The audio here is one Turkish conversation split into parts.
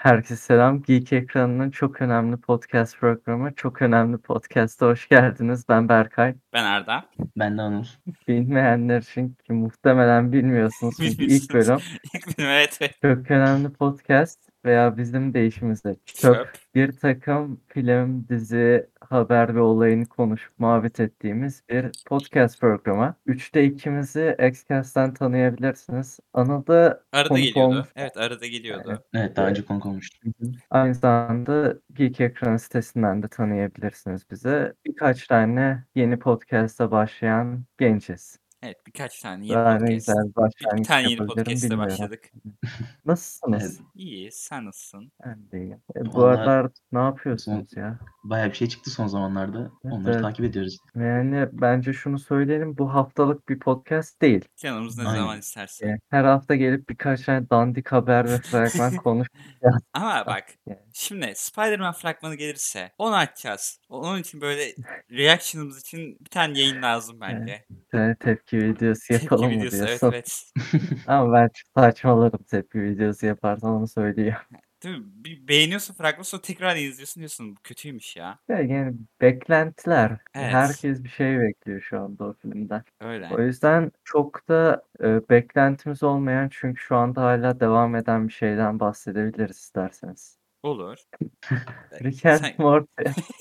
Herkese selam. Geek Ekranı'nın çok önemli podcast programı, Çok Önemli Podcast'a hoş geldiniz. Ben Berkay. Ben Arda. Ben de Anıl. Bilmeyenler için ki muhtemelen bilmiyorsunuz çünkü ilk Bilmiyorsunuz. bölüm İlk bölüm evet. Çok Önemli Podcast veya bizim deyişimizde Çöp. bir takım film, dizi, haber ve olayını konuşup muhabbet ettiğimiz bir podcast programı. 3'te ikimizi Xcast'ten tanıyabilirsiniz. Anıl da Arada konuk geliyordu. olmuş. Evet arada geliyordu. Evet daha önce konuk olmuştu. Aynı zamanda Geek Ekran sitesinden de tanıyabilirsiniz bizi. Birkaç tane yeni podcast'a başlayan genciz. Evet birkaç tane yeni Daha ne podcast. güzel bir Bir başlangıç tane yeni yapabilirim podcast'le bilmiyorum. başladık. Nasılsınız? İyi sen nasılsın? Ben de iyiyim. Bu Vallahi aralar ne yapıyorsunuz ya? Bayağı bir şey çıktı son zamanlarda. Evet, Onları evet. takip ediyoruz. Yani bence şunu söyleyelim, bu haftalık bir podcast değil. Canımız ne Aynen. zaman isterse. Yani her hafta gelip birkaç tane dandik haber ve fragman konuşacağız. Ama bak Yani. şimdi Spider-Man fragmanı gelirse onu açacağız. Onun için böyle reaction'ımız için bir tane yayın lazım bence. Bir tane tepki videosu Tepki yapalım mı videosu evet diyorsun? evet. Ama ben çok saçmalarım tepki videosu yaparsan onu söyleyeyim. Değil mi? Bir beğeniyorsun fragmanı sonra tekrar izliyorsun diyorsun bu kötüymüş ya. Yani beklentiler. Evet. Herkes bir şey bekliyor şu anda o filmden. Öyle. O yüzden çok da beklentimiz olmayan çünkü şu anda hala devam eden bir şeyden bahsedebiliriz isterseniz. Olur. Rick and Sen... Morty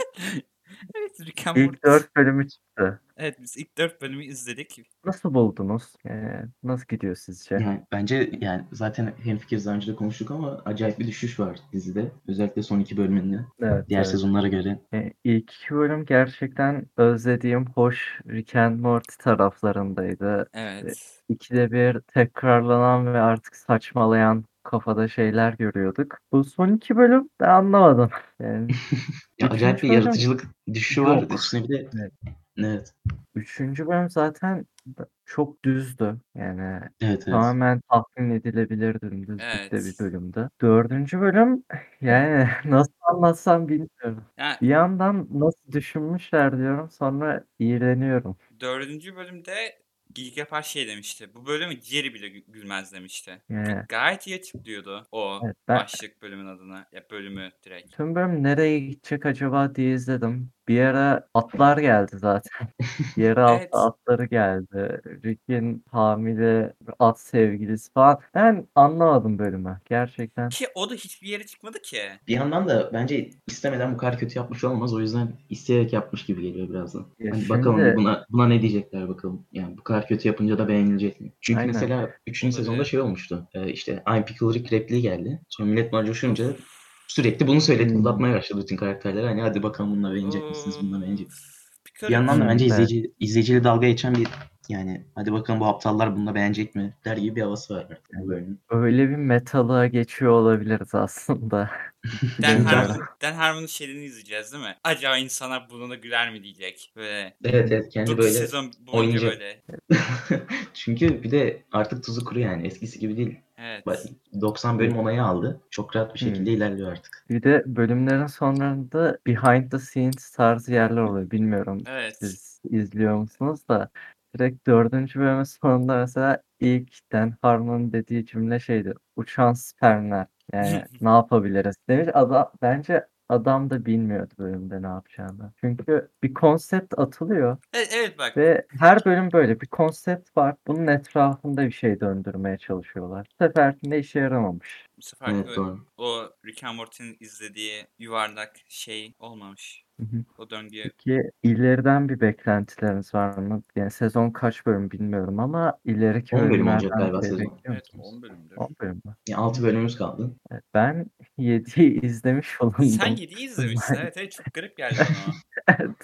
Evet Rick and ilk Morty. 4 bölümü çıktı. Evet biz ilk 4 bölümü izledik. Nasıl buldunuz? Nasıl gidiyor sizce? Yani bence zaten hemfikiriz daha önce de konuştuk ama acayip bir düşüş var dizide. Özellikle son 2 bölümünde. Evet, Diğer evet. sezonlara göre. İlk 2 bölüm gerçekten özlediğim hoş Rick and Morty taraflarındaydı. Evet. İkide bir tekrarlanan ve artık saçmalayan kafada şeyler görüyorduk. Bu son 2 bölüm ben anlamadım. Yani Ya acayip bir üçüncü bölüm yaratıcılık düşüşü var. yok. Üstüne bir de Evet. evet. 3. bölüm zaten çok düzdü. Yani Evet. tamamen tahmin edilebilir dümdüzlükte Evet. bir bölümdü. 4. bölüm yani nasıl anlatsam bilmiyorum. Yani Bir yandan nasıl düşünmüşler diyorum sonra iğreniyorum. 4. bölümde Gilg yapar şey demişti. Bu bölümü diğeri bile gülmez demişti. Yani Gayet iyi açıklıyordu o evet, ben başlık bölümün adına. Ya bölümü direkt. tüm bölüm nereye gidecek acaba diye izledim. Bir ara atlar geldi zaten. Yarı altı Evet. atları geldi. Rick'in hamile at sevgilisi falan. Ben anlamadım bölümü. Gerçekten. Ki o da hiçbir yere çıkmadı ki. Bir yandan da bence istemeden bu kadar kötü yapmış olmaz. O yüzden isteyerek yapmış gibi geliyor birazdan. Ya Hani bakalım bir şimdi buna ne diyecekler bakalım. Yani bu kadar kötü yapınca da beğenilecek mi? Çünkü aynen. mesela 3. sezonda Olabilir. şey olmuştu. İşte I'm Pickle Rick repliği geldi. Sonra millet buna coşunca Of. sürekli bunu söyledi. Hmm. Uzatmaya başladı bütün karakterler. Hani hadi bakalım bununla beğenecek misiniz? Bununla beğenecek misiniz? Bir yandan da bence Evet. izleyiciyle dalga geçen bir yani hadi bakalım bu aptallar bununla beğenecek mi der gibi bir havası var artık bu bölümün. Öyle bir metalığa geçiyor olabiliriz aslında. Bilmiyorum. Dan Harmon'un şeyini izleyeceğiz değil mi? Acaba insanlar buna güler mi diyecek. Böyle Evet kendi 9 böyle sezon boyunca oynayacak. böyle. Çünkü bir de artık tuzu kuru yani. Eskisi gibi değil. Evet. 90 bölüm onayı aldı. Çok rahat bir şekilde ilerliyor artık. Bir de bölümlerin sonlarında behind the scenes tarzı yerler oluyor. Bilmiyorum Evet. siz izliyor musunuz da. Direkt 4. bölümün sonunda mesela ilk Dan Harmon dediği cümle şeydi. Uçan spermler. Yani ne yapabiliriz demiş. Bence adam da bilmiyordu bölümde ne yapacağını. Çünkü bir konsept atılıyor. Evet bak. Ve her bölüm böyle bir konsept var. Bunun etrafında bir şey döndürmeye çalışıyorlar. Bu seferkinde işe yaramamış. Bu sefer Evet doğru. o Rick and Morty'nin izlediği yuvarlak şey olmamış. Hı hı. O döngü. Peki ileriden bir beklentileriniz var mı? Yani sezon kaç bölüm bilmiyorum ama ileriki 10 bölüm olacak bölümlerden bir galiba şey sezon. bekliyor Evet musunuz? 10 bölümdür. 10 bölüm mü? Yani 6 bölümümüz kaldı. Evet, ben 7'yi izlemiş Sen bulundum. 7'yi izlemişsin. Evet çok garip geldi bana o. Evet.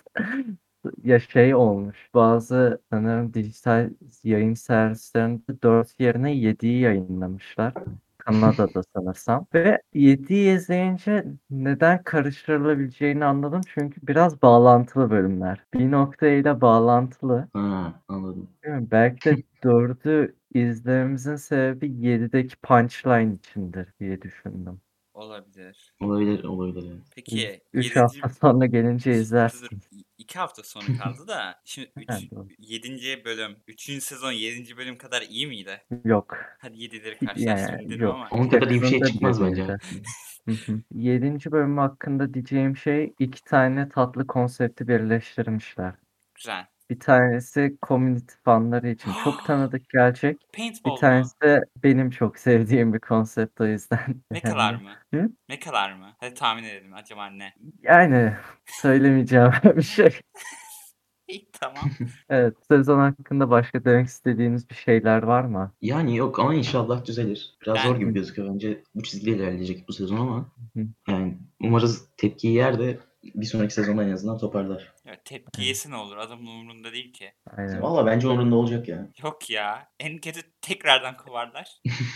Ya şey olmuş. Bazı sanırım dijital yayın servislerinde 4 yerine 7'yi yayınlamışlar. Kanada'da sanırsam. Ve 7'yi izleyince neden karıştırılabileceğini anladım. Çünkü biraz bağlantılı bölümler. Bir noktayla bağlantılı. Ha anladım. Değil mi? Belki de 4'ü izlememizin sebebi 7'deki punchline içindir diye düşündüm. Olabilir. Olabilir evet. Peki 3 7. hafta sonra gelince Dur. izlersin. 2 hafta sonu kaldı da. Şimdi Evet, doğru. 7. bölüm. 3. sezon 7. bölüm kadar iyi miydi? Yok. Hadi 7'leri Yani karşılaştırın dedim yok. ama. Onun kadar iyi bir şey Yakında çıkmaz bence. değil. 7. bölüm hakkında diyeceğim şey 2 tane tatlı konsepti birleştirmişler. Güzel. Bir tanesi community fanları için çok tanıdık gelecek. Bir Paintball mu? tanesi de benim çok sevdiğim bir konsept o yüzden. Ne kadar Yani. mı? Hı? Ne kadar mı? Hadi tahmin edelim. Acaba ne? Yani söylemeyeceğim bir şey. İyi tamam. Evet, sezon hakkında başka demek istediğiniz bir şeyler var mı? Yani yok ama inşallah düzelir. Biraz zor Ben gibi gözüküyor bence. Bu çizgiyle ilerleyecek bu sezon ama Hı. yani umarız tepkiyi yer de bir sonraki sezonda en azından toparlar. evet, tepki yesi ne olur? Adamın umurunda değil ki. Aynen. Valla bence umurunda olacak ya. Yok ya. En kötü tekrardan kovarlar.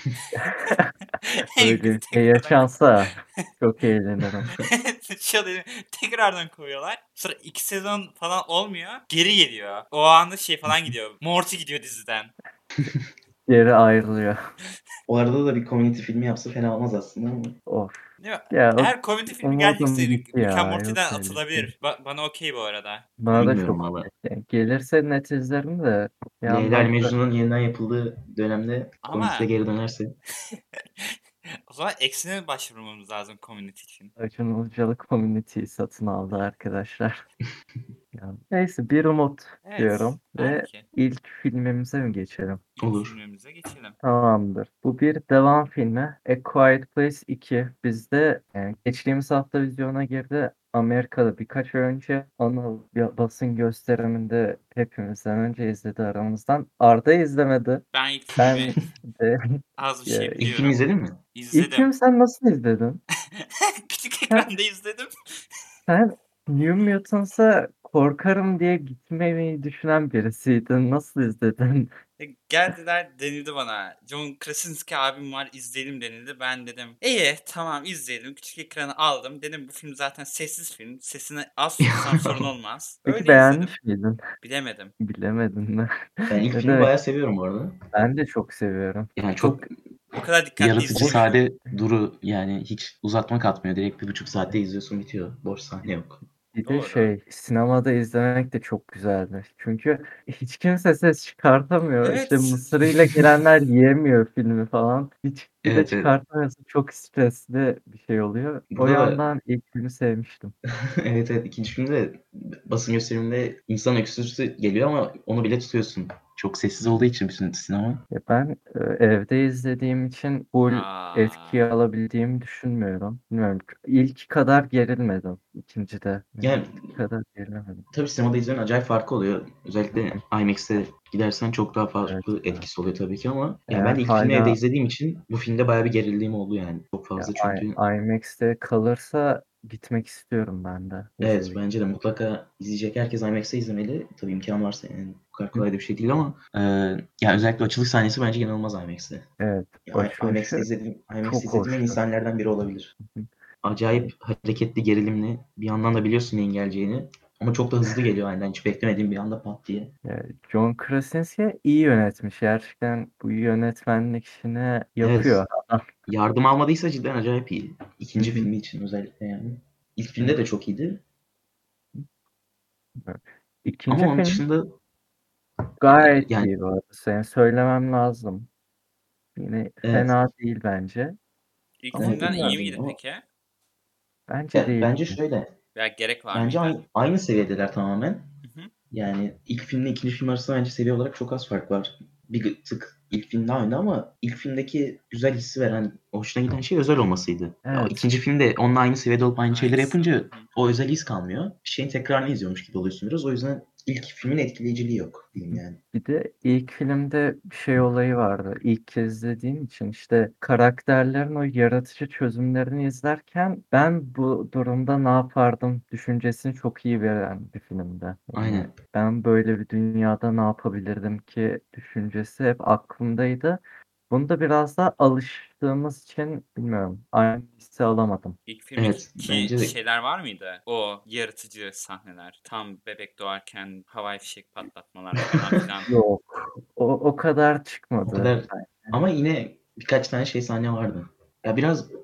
En Öyle kötü bir şey yaşansa çok eğlenirim. Şöyle tekrardan koyuyorlar. Sonra 2 sezon falan olmuyor. Geri geliyor. O anda şey falan gidiyor. Morty gidiyor diziden. Geri ayrılıyor. O arada da bir community filmi yapsa fena olmaz aslında ama. Of. Değil mi? Ya Eğer komedi filmi umudum gelecekse gitti Rick and ya. Yok Morty'den öyle bir şey. atılabilir. Bana okey bu arada. Bana da Bilmiyorum çok valla. yani gelirse net izlerim de bir Leyla ile yandan da Mecnun'un yeniden yapıldığı dönemde community'de Ama geri dönerse. o zaman eksine başvurmamız lazım community için. Acun Ilıcalı Community'yi satın aldı arkadaşlar. Yani, neyse bir umut Evet. diyorum ve Belki. ilk filmimize mi geçelim? İlk Olur. filmimize geçelim. Tamamdır. Bu bir devam filmi. A Quiet Place 2. Bizde geçtiğimiz hafta vizyona girdi. Amerika'da birkaç ay önce ana basın gösteriminde hepimizden önce izledi aramızdan. Arda izlemedi. Ben ilk Ben filmi de az bir ya, şey İlk film biliyorum. izledin mi? ilk İzledim. film sen nasıl izledin? Küçük Sen, ekranda izledim. sen New Mutants'a korkarım diye gitmeyi düşünen birisiydin. Nasıl izledin? Geldiler denildi bana. John Krasinski abim var izleyelim denildi. Ben dedim iyi tamam izleyelim. Küçük ekranı aldım. Dedim bu film zaten sessiz film. Sesini az tutsam sorun olmaz. Peki Öyle izledim. beğenmiş miydin? Bilemedim. Bilemedin mi? Ben ilk Ne filmi demek? bayağı seviyorum bu arada. Ben de çok seviyorum. Yani Çok çok O kadar dikkatli yaratıcı, izlemiyorum. sade duru yani hiç uzatma katmıyor. Direkt 1,5 saatte izliyorsun bitiyor. Boş sahne yok. bir de Doğru. sinemada izlemek de çok güzeldi. Çünkü hiç kimse ses çıkartamıyor. İşte Evet. mısırıyla gelenler yiyemiyor filmi falan. Bir de Evet, evet. çıkartamıyorsun. Çok stresli bir şey oluyor. O Burada da yandan ilk filmi sevmiştim. evet evet ikinci filmde basın gösteriminde insan öksürüğü geliyor ama onu bile tutuyorsun. Çok sessiz olduğu için bütün sinema. Ya ben evde izlediğim için full etkiyi Aa, alabildiğimi düşünmüyorum. Bilmiyorum. İlk kadar gerilmedim. İkincide. Yani Yani ilk kadar gerilmedim. tabii sinemada izlemenin acayip farkı oluyor. Özellikle IMAX'te gidersen çok daha Evet. farklı etkisi oluyor tabii ki ama ya ben Eğer de ilk filmi evde hala izlediğim için bu filmde bayağı bir gerildiğim oldu yani. Çok ya, fazla çünkü IMAX'te kalırsa gitmek istiyorum ben de evet izlemek. bence de mutlaka izleyecek herkes IMAX'te izlemeli. Tabii imkan varsa yani bu kadar kolay da bir şey değil ama yani özellikle açılış sahnesi bence inanılmaz IMAX'te. Evet. Ya, IMAX'te Açılışı IMAX'te çok izlediğim en iyi hoştu. sahnelerden biri olabilir. Acayip hareketli, gerilimli. Bir yandan da biliyorsun neyin geleceğini. Ama çok da hızlı geliyor aynen. Hiç beklemediğim bir anda pat diye. Ya, John Krasinski iyi yönetmiş. Gerçekten bu yönetmenlik işini Evet. yapıyor. Yardım almadıysa cidden acayip iyi. İkinci filmi için özellikle yani. İlk filmde de çok iyiydi. Ama İkinci onun film dışında gayet yani iyi bu arada. Senin söylemem lazım. Yine evet. fena değil bence. ilk Ama Evet filmden iyi bilmiyorum. miydi ama peki? Bence değil. bence şöyle. Veya gerek var Bence mıydı? aynı seviyedeler tamamen. Hı hı. Yani ilk filmle ikinci film arasında bence seviye olarak çok az fark var. Bir tık ilk film daha önde ama ilk filmdeki güzel hissi veren, hoşuna giden şey özel olmasıydı. Ya, Evet. ikinci filmde onunla aynı seviyede olup aynı şeyleri Aynısı. yapınca Hı hı. o özel his kalmıyor. Bir şeyin tekrarını izliyormuş gibi oluyorsun biraz. O yüzden ilk filmin etkileyiciliği yok diyeyim yani. Bir de ilk filmde bir şey olayı vardı. İlk kez izlediğim için işte karakterlerin o yaratıcı çözümlerini izlerken ben bu durumda ne yapardım düşüncesini çok iyi veren bir filmde. Yani Aynen. ben böyle bir dünyada ne yapabilirdim ki düşüncesi hep aklımdaydı. Bunda biraz da alıştığımız için bilmiyorum. Aynı hissi alamadım. İlk Evet. filmdeki Bence de şeyler var mıydı? O yaratıcı sahneler. Tam bebek doğarken havai fişek patlatmalar falan filan. Yok. O kadar o çıkmadı. kadar ama yine birkaç tane şey sahne vardı. Ya biraz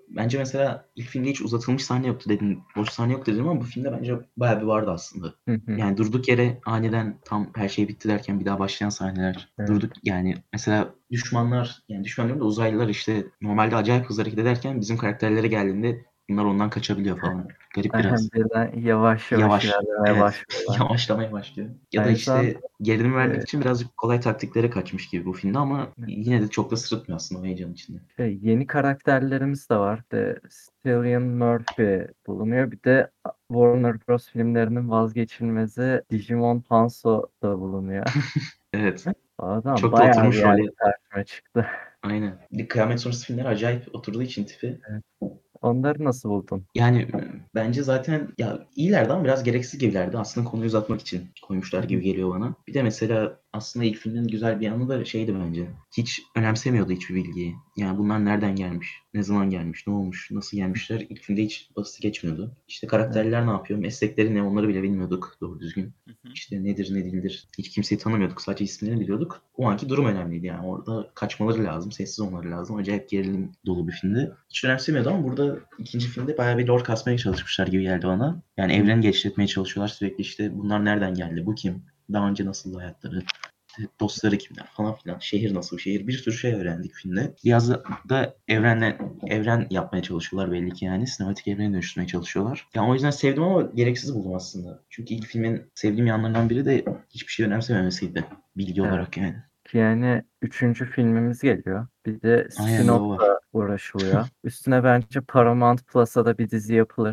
bence mesela ilk filmde hiç uzatılmış sahne yoktu dedin. Boş sahne yok dedim ama bu filmde bence bayağı bir vardı aslında. Yani durduk yere aniden tam her şey bitti derken bir daha başlayan sahneler. Evet. Durduk yani mesela düşmanlar da uzaylılar işte normalde acayip hızlı hareket ederken bizim karakterlere geldiğinde bunlar ondan kaçabiliyor falan. Garip biraz. Birden yavaş Yavaş. ilerlemeye Evet. başlıyorlar. Yavaşlamaya başlıyor. Ya da Aynı zamanda işte gerilim vermek e, için birazcık kolay taktiklere kaçmış gibi bu filmde ama yine de çok da sırıtmıyor aslında o heyecan içinde. yeni karakterlerimiz de var. De Cillian Murphy bulunuyor. Bir de Warner Bros. Filmlerinin vazgeçilmezi Digimon Hanzo da bulunuyor. Evet. Adam Çok da bayağı bir oturmuş yerde role. karşıma çıktı. Aynen. Bir de Kıyamet Sonrası filmleri acayip oturduğu için tipi. Evet. Onları nasıl buldun? Yani bence zaten ya iyilerdi ama biraz gereksiz gibilerdi. Aslında konuyu uzatmak için koymuşlar gibi geliyor bana. Bir de mesela aslında ilk filmin güzel bir yanı da şeydi bence. Hiç önemsemiyordu hiçbir bilgiyi. Yani bunlar nereden gelmiş, ne zaman gelmiş, ne olmuş, nasıl gelmişler ilk filmde hiç basit geçmiyordu. İşte Evet. karakterler ne yapıyor, meslekleri ne onları bile bilmiyorduk doğru düzgün. Hı hı. İşte nedir ne değildir. Hiç kimseyi tanımıyorduk. Sadece isimlerini biliyorduk. O anki durum önemliydi yani. Orada kaçmaları lazım. Sessiz olmaları lazım. Acayip gerilim dolu bir filmdi. Hiç önemsemiyordu ama burada ikinci filmde bayağı bir lore kasmaya çalışmışlar gibi geldi bana. Yani evreni genişletmeye çalışıyorlar sürekli işte bunlar nereden geldi, bu kim, daha önce nasıl hayatları, işte dostları kimler falan filan, şehir nasıl bir şehir, bir sürü şey öğrendik filmde. Biraz da evren yapmaya çalışıyorlar belli ki yani. Sinematik evrene dönüştürmeye çalışıyorlar. Yani o yüzden sevdim ama gereksiz buldum aslında. Çünkü ilk filmin sevdiğim yanlarından biri de hiçbir şey önemsememesiydi. Bilgi Evet. olarak yani. Yani üçüncü filmimiz geliyor. Bir de Aynen bir o var. spin-off'la uğraşılıyor. Üstüne bence Paramount Plus'a da bir dizi yapılır.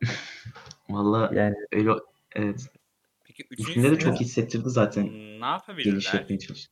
Valla Yani öyle evet. Peki İlk üçüncü filmde de filmde çok hissettirdi zaten ne geliş yapabilirler? yapmaya çalıştı.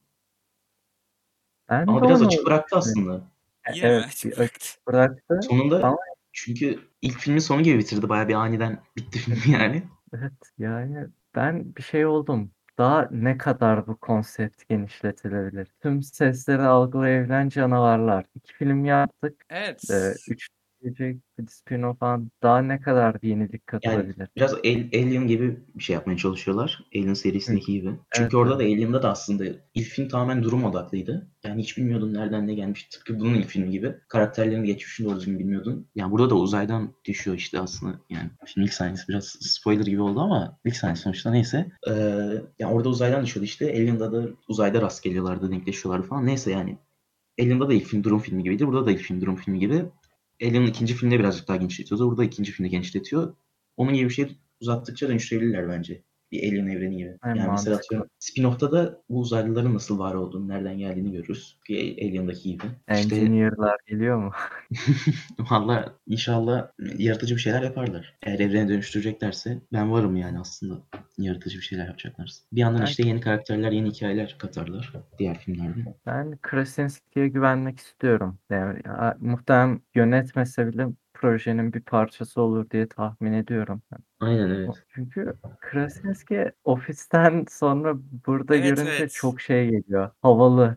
ben Ama de biraz onu açık bıraktı düşünüyorum. aslında. Yine mi Evet, açık bir bıraktı? açık bıraktı Sonunda ama çünkü ilk filmin sonu gibi bitirdi. Bayağı bir aniden bitti film yani. evet, yani ben bir şey oldum. Daha ne kadar bu konsept genişletilebilir? Tüm sesleri algılayabilen canavarlar. 2 film yaptık. Evet. 3 gelecek bir spin-off falan. Daha ne kadar bir yenilik Yani katılabilir? biraz Alien gibi bir şey yapmaya çalışıyorlar. Alien Hı. serisindeki gibi. Evet, Çünkü orada da evet. Alien'da da aslında ilk film tamamen durum odaklıydı. Yani hiç bilmiyordun nereden ne gelmiş. Tıpkı bunun ilk filmi gibi. Karakterlerin geçmişini doğru düzgün bilmiyordun. Yani burada da uzaydan düşüyor işte aslında. Yani film ilk sahnesi biraz spoiler gibi oldu ama ilk sahne sonuçta neyse. Yani orada uzaydan düşüyordu işte. Alien'da da uzayda rast geliyorlardı, denkleşiyorlardı falan. Neyse yani. Alien'da da ilk film durum filmi gibiydi. Burada da ilk film durum filmi gibi. Alien'ın ikinci filmde birazcık daha genişletiyordu. Burada ikinci filmde genişletiyor. Onun gibi bir şey uzattıkça dönüştürebilirler bence. Bir Alien evreni gibi. En Yani mesela mantıklı. atıyorum spin-off'ta da bu uzaylıların nasıl var olduğunu, nereden geldiğini görürüz. Bir Alien'daki gibi. İşte Engineer'lar geliyor mu? valla inşallah yaratıcı bir şeyler yaparlar. Eğer evrene dönüştüreceklerse ben varım yani aslında. Yaratıcı bir şeyler yapacaklarsa. Bir yandan Ben işte yeni karakterler, yeni hikayeler katarlar diğer filmlerde. ben Krasinski'ye güvenmek istiyorum. Yani muhtemelen yönetmese bile projenin bir parçası olur diye tahmin ediyorum. Aynen evet. Çünkü Krasinski ofisten sonra burada Evet, görünce evet. çok şey geliyor. Havalı.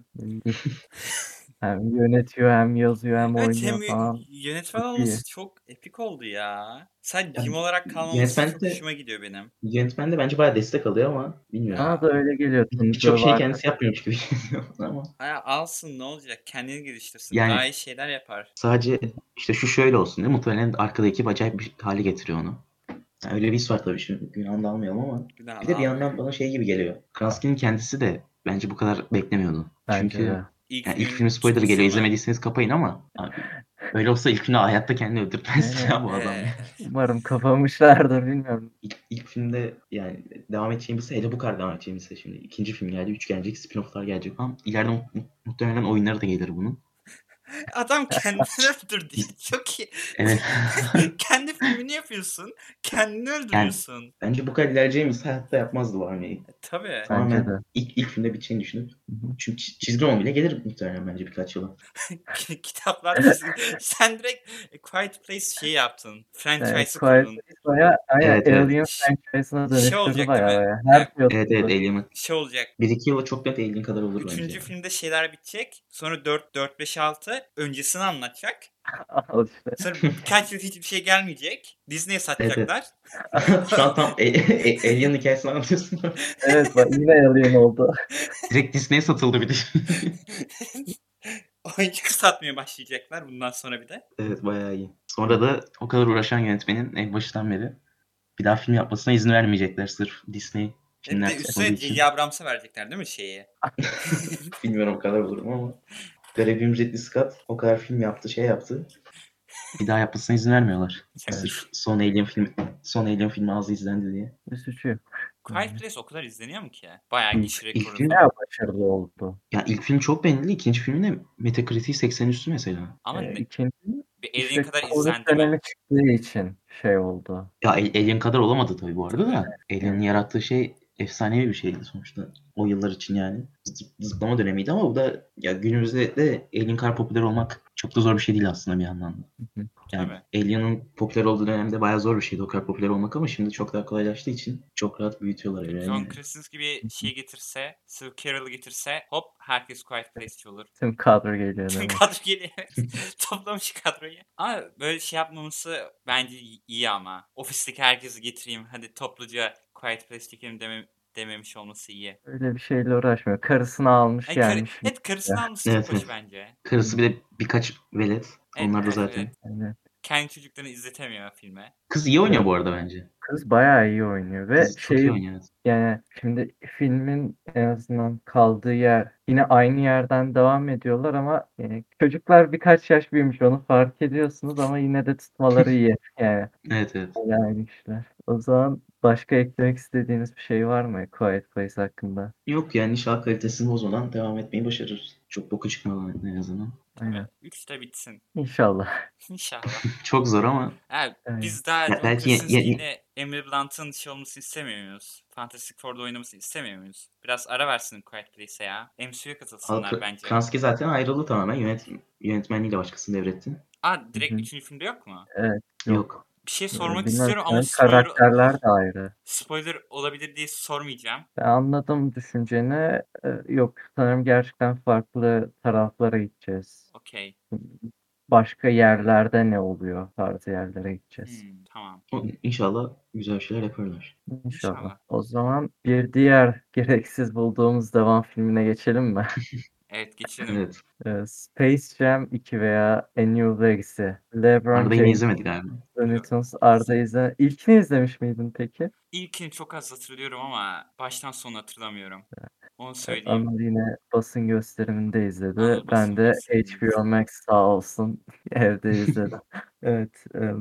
Hem yönetiyor hem yazıyor hem Evet, hem oynuyor falan. yönetmen Çok iyi. olması çok epik oldu ya. Sadece Yani Jim olarak kalmaması yönetmen çok de hoşuma gidiyor benim. Yönetmen de bence bayağı destek alıyor ama bilmiyorum. Bana da Ya, öyle geliyor. Birçok Tanıdığı şeyi vardı. kendisi yapmıyormuş gibi geliyor bana ama. alsın ne olacak? Kendini geliştirsin. Yani Daha iyi şeyler yapar. sadece işte şu şöyle olsun diye muhtemelen arkada ekip acayip bir hale getiriyor onu. Yani öyle bir his var tabii şimdi günahını da almayalım ama. Bir Günahını de bir yandan almayalım. bana şey gibi geliyor. Krasinski'nin kendisi de bence bu kadar beklemiyordu. Bence Çünkü de. İlk yani ilk filmin film spoiler çıkışı geliyor mı? izlemediyseniz kapayın ama abi, öyle olsa ilk filmde hayatta kendini öldürtmez Yani ya bu adam. Evet. umarım kapamışlardır bilmiyorum. İlk filmde yani devam edeceğimizse hele bu kadar devam edeceğimizse şimdi ikinci film geldi, üç gelecek, spin-off'lar gelecek falan. İleride muhtemelen oyunları da gelir bunun. Adam kendini öldürdü. Çok iyi. Evet. Kendi filmini yapıyorsun. Kendini Yani öldürüyorsun. bence bu kadar ilerleyeceğimiz hayatta yapmazdı bu hamleyi. Tabii. Bence Tamamen de. ilk filmde biteceğini düşünüp. Hı hı. Çünkü çizgi roman bile gelir muhtemelen bence birkaç yıla. Kitaplar çizgi. Sen direkt Quiet Place şey yaptın. Franchise'ı Quiet kurdun. Place bayağı aynen Evet evet. Alien Ş- franchise'ına Şey dönüştürdü olacak değil bayağı mi? bayağı. Her şey Evet evet oturdu. Alien'ı. Şey olacak. 1-2 yıla çok net Alien kadar olur bence Üçüncü yani. filmde şeyler bitecek. Sonra 4, 5, 6 öncesini anlatacak. Al işte. Sonra birkaç yıl hiçbir şey gelmeyecek. Disney'e Evet evet. satacaklar. Şu an tam Alien hikayesini anlatıyorsun. Evet bak yine Alien oldu. Direkt Disney'e satıldı bir de. Oyuncu kısaltmaya başlayacaklar bundan sonra bir de. Evet, bayağı iyi. Sonra da o kadar uğraşan yönetmenin en başından beri bir daha film yapmasına izin vermeyecekler sırf Disney Bir filmler de tutmadığı üstüne için. J.J. Abrams verecekler değil mi şeyi? Bilmiyorum o kadar olur mu ama. Garibim Ridley Scott o kadar film yaptı, şey yaptı. Bir daha yapmasına izin vermiyorlar. Evet. Sırf son Alien filmi az izlendi diye. Bir suçu yok. Quiet Place o kadar izleniyor mu ki? Bayağı İlk- gişi ilk rekoru film falan. Bayağı başarılı oldu. Ya ilk film çok beğenildi. İkinci filmin de Metacritic'i 80 üstü mesela. Ama İkinci bir Alien işte kadar Covid izlendi mi? dönemi çıktığı için şey oldu. Ya Alien kadar olamadı tabii bu arada Tabii. da. Alien'in yarattığı şey efsanevi bir şeydi sonuçta. O yıllar için yani. Zıplama dönemiydi ama bu da ya günümüzde de Alien kadar popüler olmak çok da zor bir şey değil aslında bir yandan da. Hı hı. Yani Tabii. Alien'ın popüler olduğu dönemde bayağı zor bir şeydi o kadar popüler olmak ama şimdi çok daha kolaylaştığı için çok rahat büyütüyorlar evreni. John Yani. Krasinski bir şey getirse, Steve Carell'ı getirse hop herkes Quiet Place'ci olur. Tüm kadro geliyor Tüm demek. kadro geliyor. Toplamış kadroyu. Ama böyle şey yapmaması bence iyi ama. Ofisteki herkesi getireyim hadi topluca Quiet Place çekelim dememiş olması iyi. Öyle bir şeyle uğraşmıyor. Karısını almış Ay, gelmiş. evet karısını alması Evet, çok hoş evet. bence. Karısı bir de birkaç velet. Evet, Onlar da birkaç zaten. böyle Yani kendi çocuklarını izletemiyor filme. Kız iyi oynuyor bu arada bence. kız bayağı iyi oynuyor ve Kız çok iyi oynuyor. Evet. yani şimdi filmin en azından kaldığı yer yine aynı yerden devam ediyorlar ama çocuklar birkaç yaş büyümüş onu fark ediyorsunuz ama yine de tutmaları iyi. Yani Evet, evet. aynı işler. O zaman başka eklemek istediğiniz bir şey var mı Quiet Place hakkında? Yok yani inşallah kalitesini bozmadan devam etmeyi başarır. Çok boku çıkmadan en azından. Tabii. Aynen. 3 de bitsin. İnşallah. İnşallah. Çok zor ama Evet, Aynen. biz daha ya John belki Krasinski ile Emily Blunt'ın şey olmasını istemiyor muyuz? Fantastic Four'da oynamasını istemiyor muyuz? Biraz ara versin Quiet Place'e ya. MCU'ya katılsınlar bence. Krasinski zaten ayrıldı tamamen. Yönetmenliğiyle başkasını devretti. Direkt Hı hı. 3. filmde yok mu? Evet. Yok. Bir şey sormak Bilmem istiyorum ama karakterler de ayrı. spoiler olabilir diye sormayacağım. Ben anladım düşünceni. Yok sanırım gerçekten farklı taraflara gideceğiz. Okey. Başka yerlerde ne oluyor tarzı yerlere gideceğiz. Tamam. İnşallah güzel şeyler yaparlar. İnşallah. İnşallah. O zaman bir diğer gereksiz bulduğumuz devam filmine geçelim mi? Evet geçelim. Evet. Space Jam 2 veya A New Legacy. LeBron Arada yine James, izlemedik galiba. Looney Tunes, Arda izle. İlkini izlemiş miydin peki? İlkini çok az hatırlıyorum ama baştan sona hatırlamıyorum. Onu Evet, söyleyeyim. Anıl yine basın gösteriminde izledi. Anıl basın Ben de gösteriminde HBO Max sağ olsun evde izledim. Evet,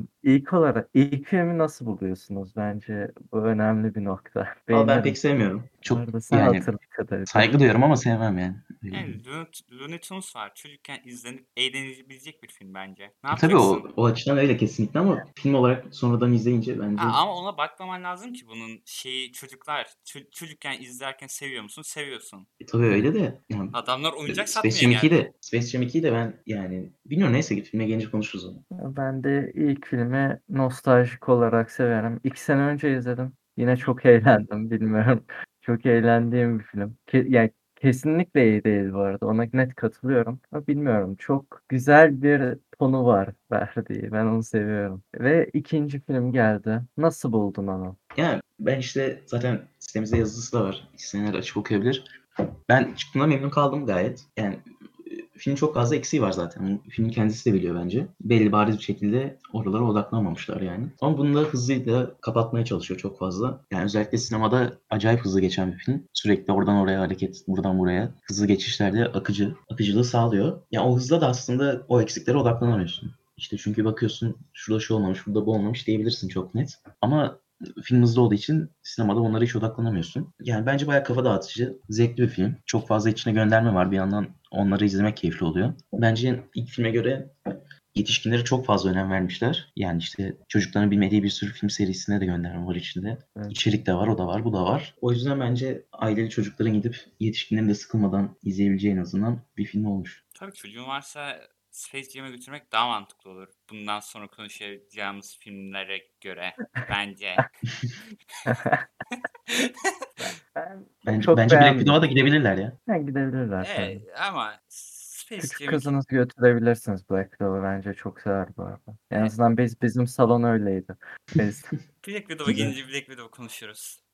ilk filmi nasıl buluyorsunuz? Bence bu önemli bir nokta. Ama ben Beğenir pek sevmiyorum. Çok Arda sen yani hatırladığın kadarıyla. saygı duyuyorum ama sevmem yani. Öyle Yani diyeyim. Looney Tunes var. Çocukken izlenip eğlenebilecek bir film bence. Ne Tabii yapacaksın? o açıdan öyle kesinlikle ama film olarak sonradan izleyince bence Ama ona bakmaman lazım ki bunun şeyi çocuklar çocukken izlerken seviyor musun? Seviyorsun. tabii öyle de yani Adamlar oyuncak Space satmaya Jam 2'yi geldi. de Space Jam 2'yi de ben yani bilmiyorum neyse filme gelince konuşuruz onu. Ben de ilk filmi nostaljik olarak severim. 2 sene önce izledim. Yine Hı. çok eğlendim. Bilmiyorum. Çok eğlendiğim bir film. Yani kesinlikle iyi değil bu arada. Ona net katılıyorum. Ama bilmiyorum. Çok güzel bir tonu var verdiği. Ben onu seviyorum. Ve ikinci film geldi. Nasıl buldun onu? Yani ben işte zaten sitemizde yazısı da var. İsteyenler açıp okuyabilir. Ben çıktığında memnun kaldım gayet. Yani filmin çok fazla eksiği var zaten. Filmin kendisi de biliyor bence. Belli bariz bir şekilde oralara odaklanmamışlar yani. Ama bunu da hızlıyla kapatmaya çalışıyor çok fazla. Yani özellikle sinemada acayip hızlı geçen bir film. Sürekli oradan oraya hareket, buradan buraya. Hızlı geçişlerde akıcılığı sağlıyor. Yani o hızla da aslında o eksiklere odaklanamıyorsun. İşte çünkü bakıyorsun şurada şu olmamış, burada bu olmamış diyebilirsin çok net. Ama film hızlı olduğu için sinemada onlara hiç odaklanamıyorsun. Yani bence bayağı kafa dağıtıcı, zevkli bir film. Çok fazla içine gönderme var. Bir yandan onları izlemek keyifli oluyor. Bence ilk filme göre yetişkinlere çok fazla önem vermişler. Yani işte çocukların bilmediği bir sürü film serisine de gönderme var içinde. Evet. İçerik de var, o da var, bu da var. O yüzden bence aileli çocukların gidip yetişkinlerin de sıkılmadan izleyebileceği en azından bir film olmuş. Tabii çocuğun varsa Space Jam'e götürmek daha mantıklı olur. Bundan sonra konuşacağımız filmlere göre bence. Ben çok Bence Black beğendim. Widow'a da gidebilirler ya. Gidebilirler tabii. Ama Space Küçük Jam 2 kızınızı götürebilirsiniz Black Widow'a bence çok sever bu arada. En Evet. azından bizim salon öyleydi. Biz Black Widow'a Güzel. gelince Black Widow konuşuruz.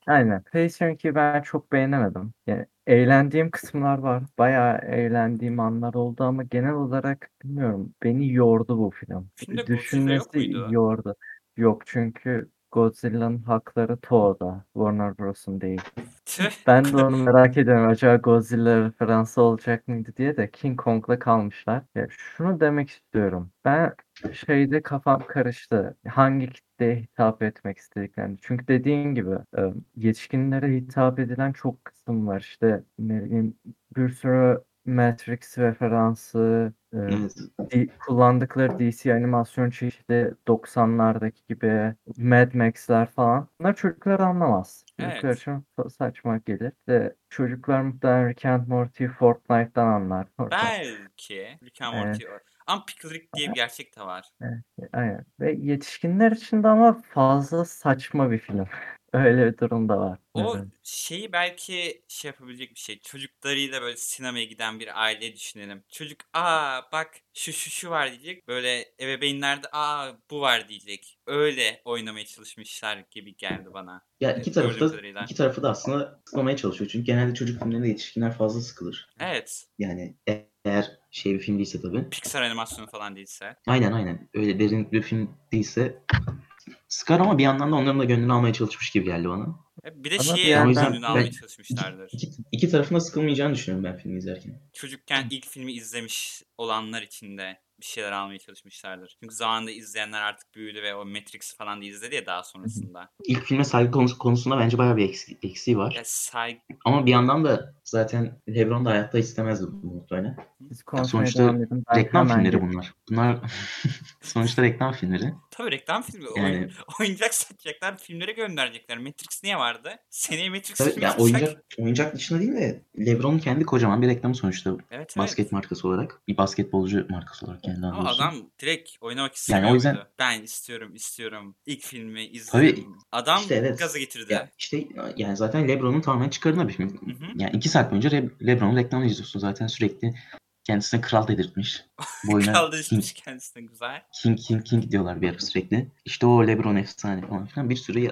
Aynen. Space Junk'i ben çok beğenemedim. Yani eğlendiğim kısımlar var. Bayağı eğlendiğim anlar oldu ama genel olarak bilmiyorum. Beni yordu bu film. Filmde Godzilla yok Düşünmesi muydu? yordu. Yok çünkü Godzilla'nın hakları Toho'da. Warner Bros'un değil. Tüh. Ben de onu merak ediyorum. Acaba Godzilla referansı olacak mıydı diye de King Kong'la kalmışlar. Ya şunu demek istiyorum. Ben şeyde kafam karıştı. Hangi kitleye hitap etmek istediklerini. Çünkü dediğin gibi yetişkinlere hitap edilen çok kısım var. İşte ne bileyim bir sürü Matrix referansı, Evet. kullandıkları DC animasyon çeşidi 90'lardaki gibi Mad Max'ler falan. Bunlar çocuklar anlamaz. Çocuklar Evet. için saçma gelir. De çocuklar muhtemelen Rick and Morty, Fortnite'tan anlar. Orada. Belki Rick and Evet, Morty. Ama Pickle Rick diye bir gerçek de var. evet, aynen. Ve yetişkinler için de ama fazla saçma bir film. Öyle bir durum da var. O Evet. şeyi belki şey yapabilecek bir şey. Çocuklarıyla böyle sinemaya giden bir aile düşünelim. Çocuk bak şu var diyecek. Böyle ebeveynler de bu var diyecek. Öyle oynamaya çalışmışlar gibi geldi bana. Ya Gördüğüm kadarıyla. iki tarafı da aslında sıkmamaya çalışıyor. Çünkü genelde çocuk filmlerinde yetişkinler fazla sıkılır. Evet. Yani eğer şey bir film değilse tabii. Pixar animasyonu falan değilse. Aynen. Öyle derin bir film değilse sıkar ama bir yandan da onların da gönlünü almaya çalışmış gibi geldi bana. Bir de Ama bir şeyi Yani o yerden gönlünü yüzden almaya ben çalışmışlardır. iki tarafın da sıkılmayacağını düşünüyorum ben filmi izlerken. Çocukken ilk filmi izlemiş olanlar için de bir şeyler almaya çalışmışlardır. Çünkü zamanında izleyenler artık büyüdü ve o Matrix falan da izledi ya daha sonrasında. İlk filme saygı konusunda bence bayağı bir eksiği Ya var. saygı... Ama bir yandan da zaten LeBron da hayatta istemezdi bu muhtemelen. siz Ya konuşmaya sonuçta devam edin. Ben reklam hemen filmleri geleceğim. bunlar. Bunlar sonuçta reklam filmleri. Tabii reklam filmi. Yani Oyuncak satacaklar, filmlere gönderecekler. Matrix niye vardı? Seneye Matrix tabii filmi ya çıkacak. oyuncak dışında değil de LeBron'un kendi kocaman bir reklamı sonuçta. Evet Basket evet. markası olarak. Bir basketbolcu markası olarak yani daha Ama doğrusu. adam direkt oynamak Yani o istemiyor yüzden muydu? Ben istiyorum. İlk filmi tabii izlerim. işte Adam evet. gaza getirdi. Ya işte yani zaten LeBron'un tamamen çıkarına bir Hı film. hı. Yani 2 saat boyunca LeBron'un reklamını izliyorsun. Zaten sürekli kendisine kral dedirtmiş. Boyuna Kaldırmış kendisine güzel. King diyorlar bir ara sürekli. İşte o LeBron efsane falan filan bir sürü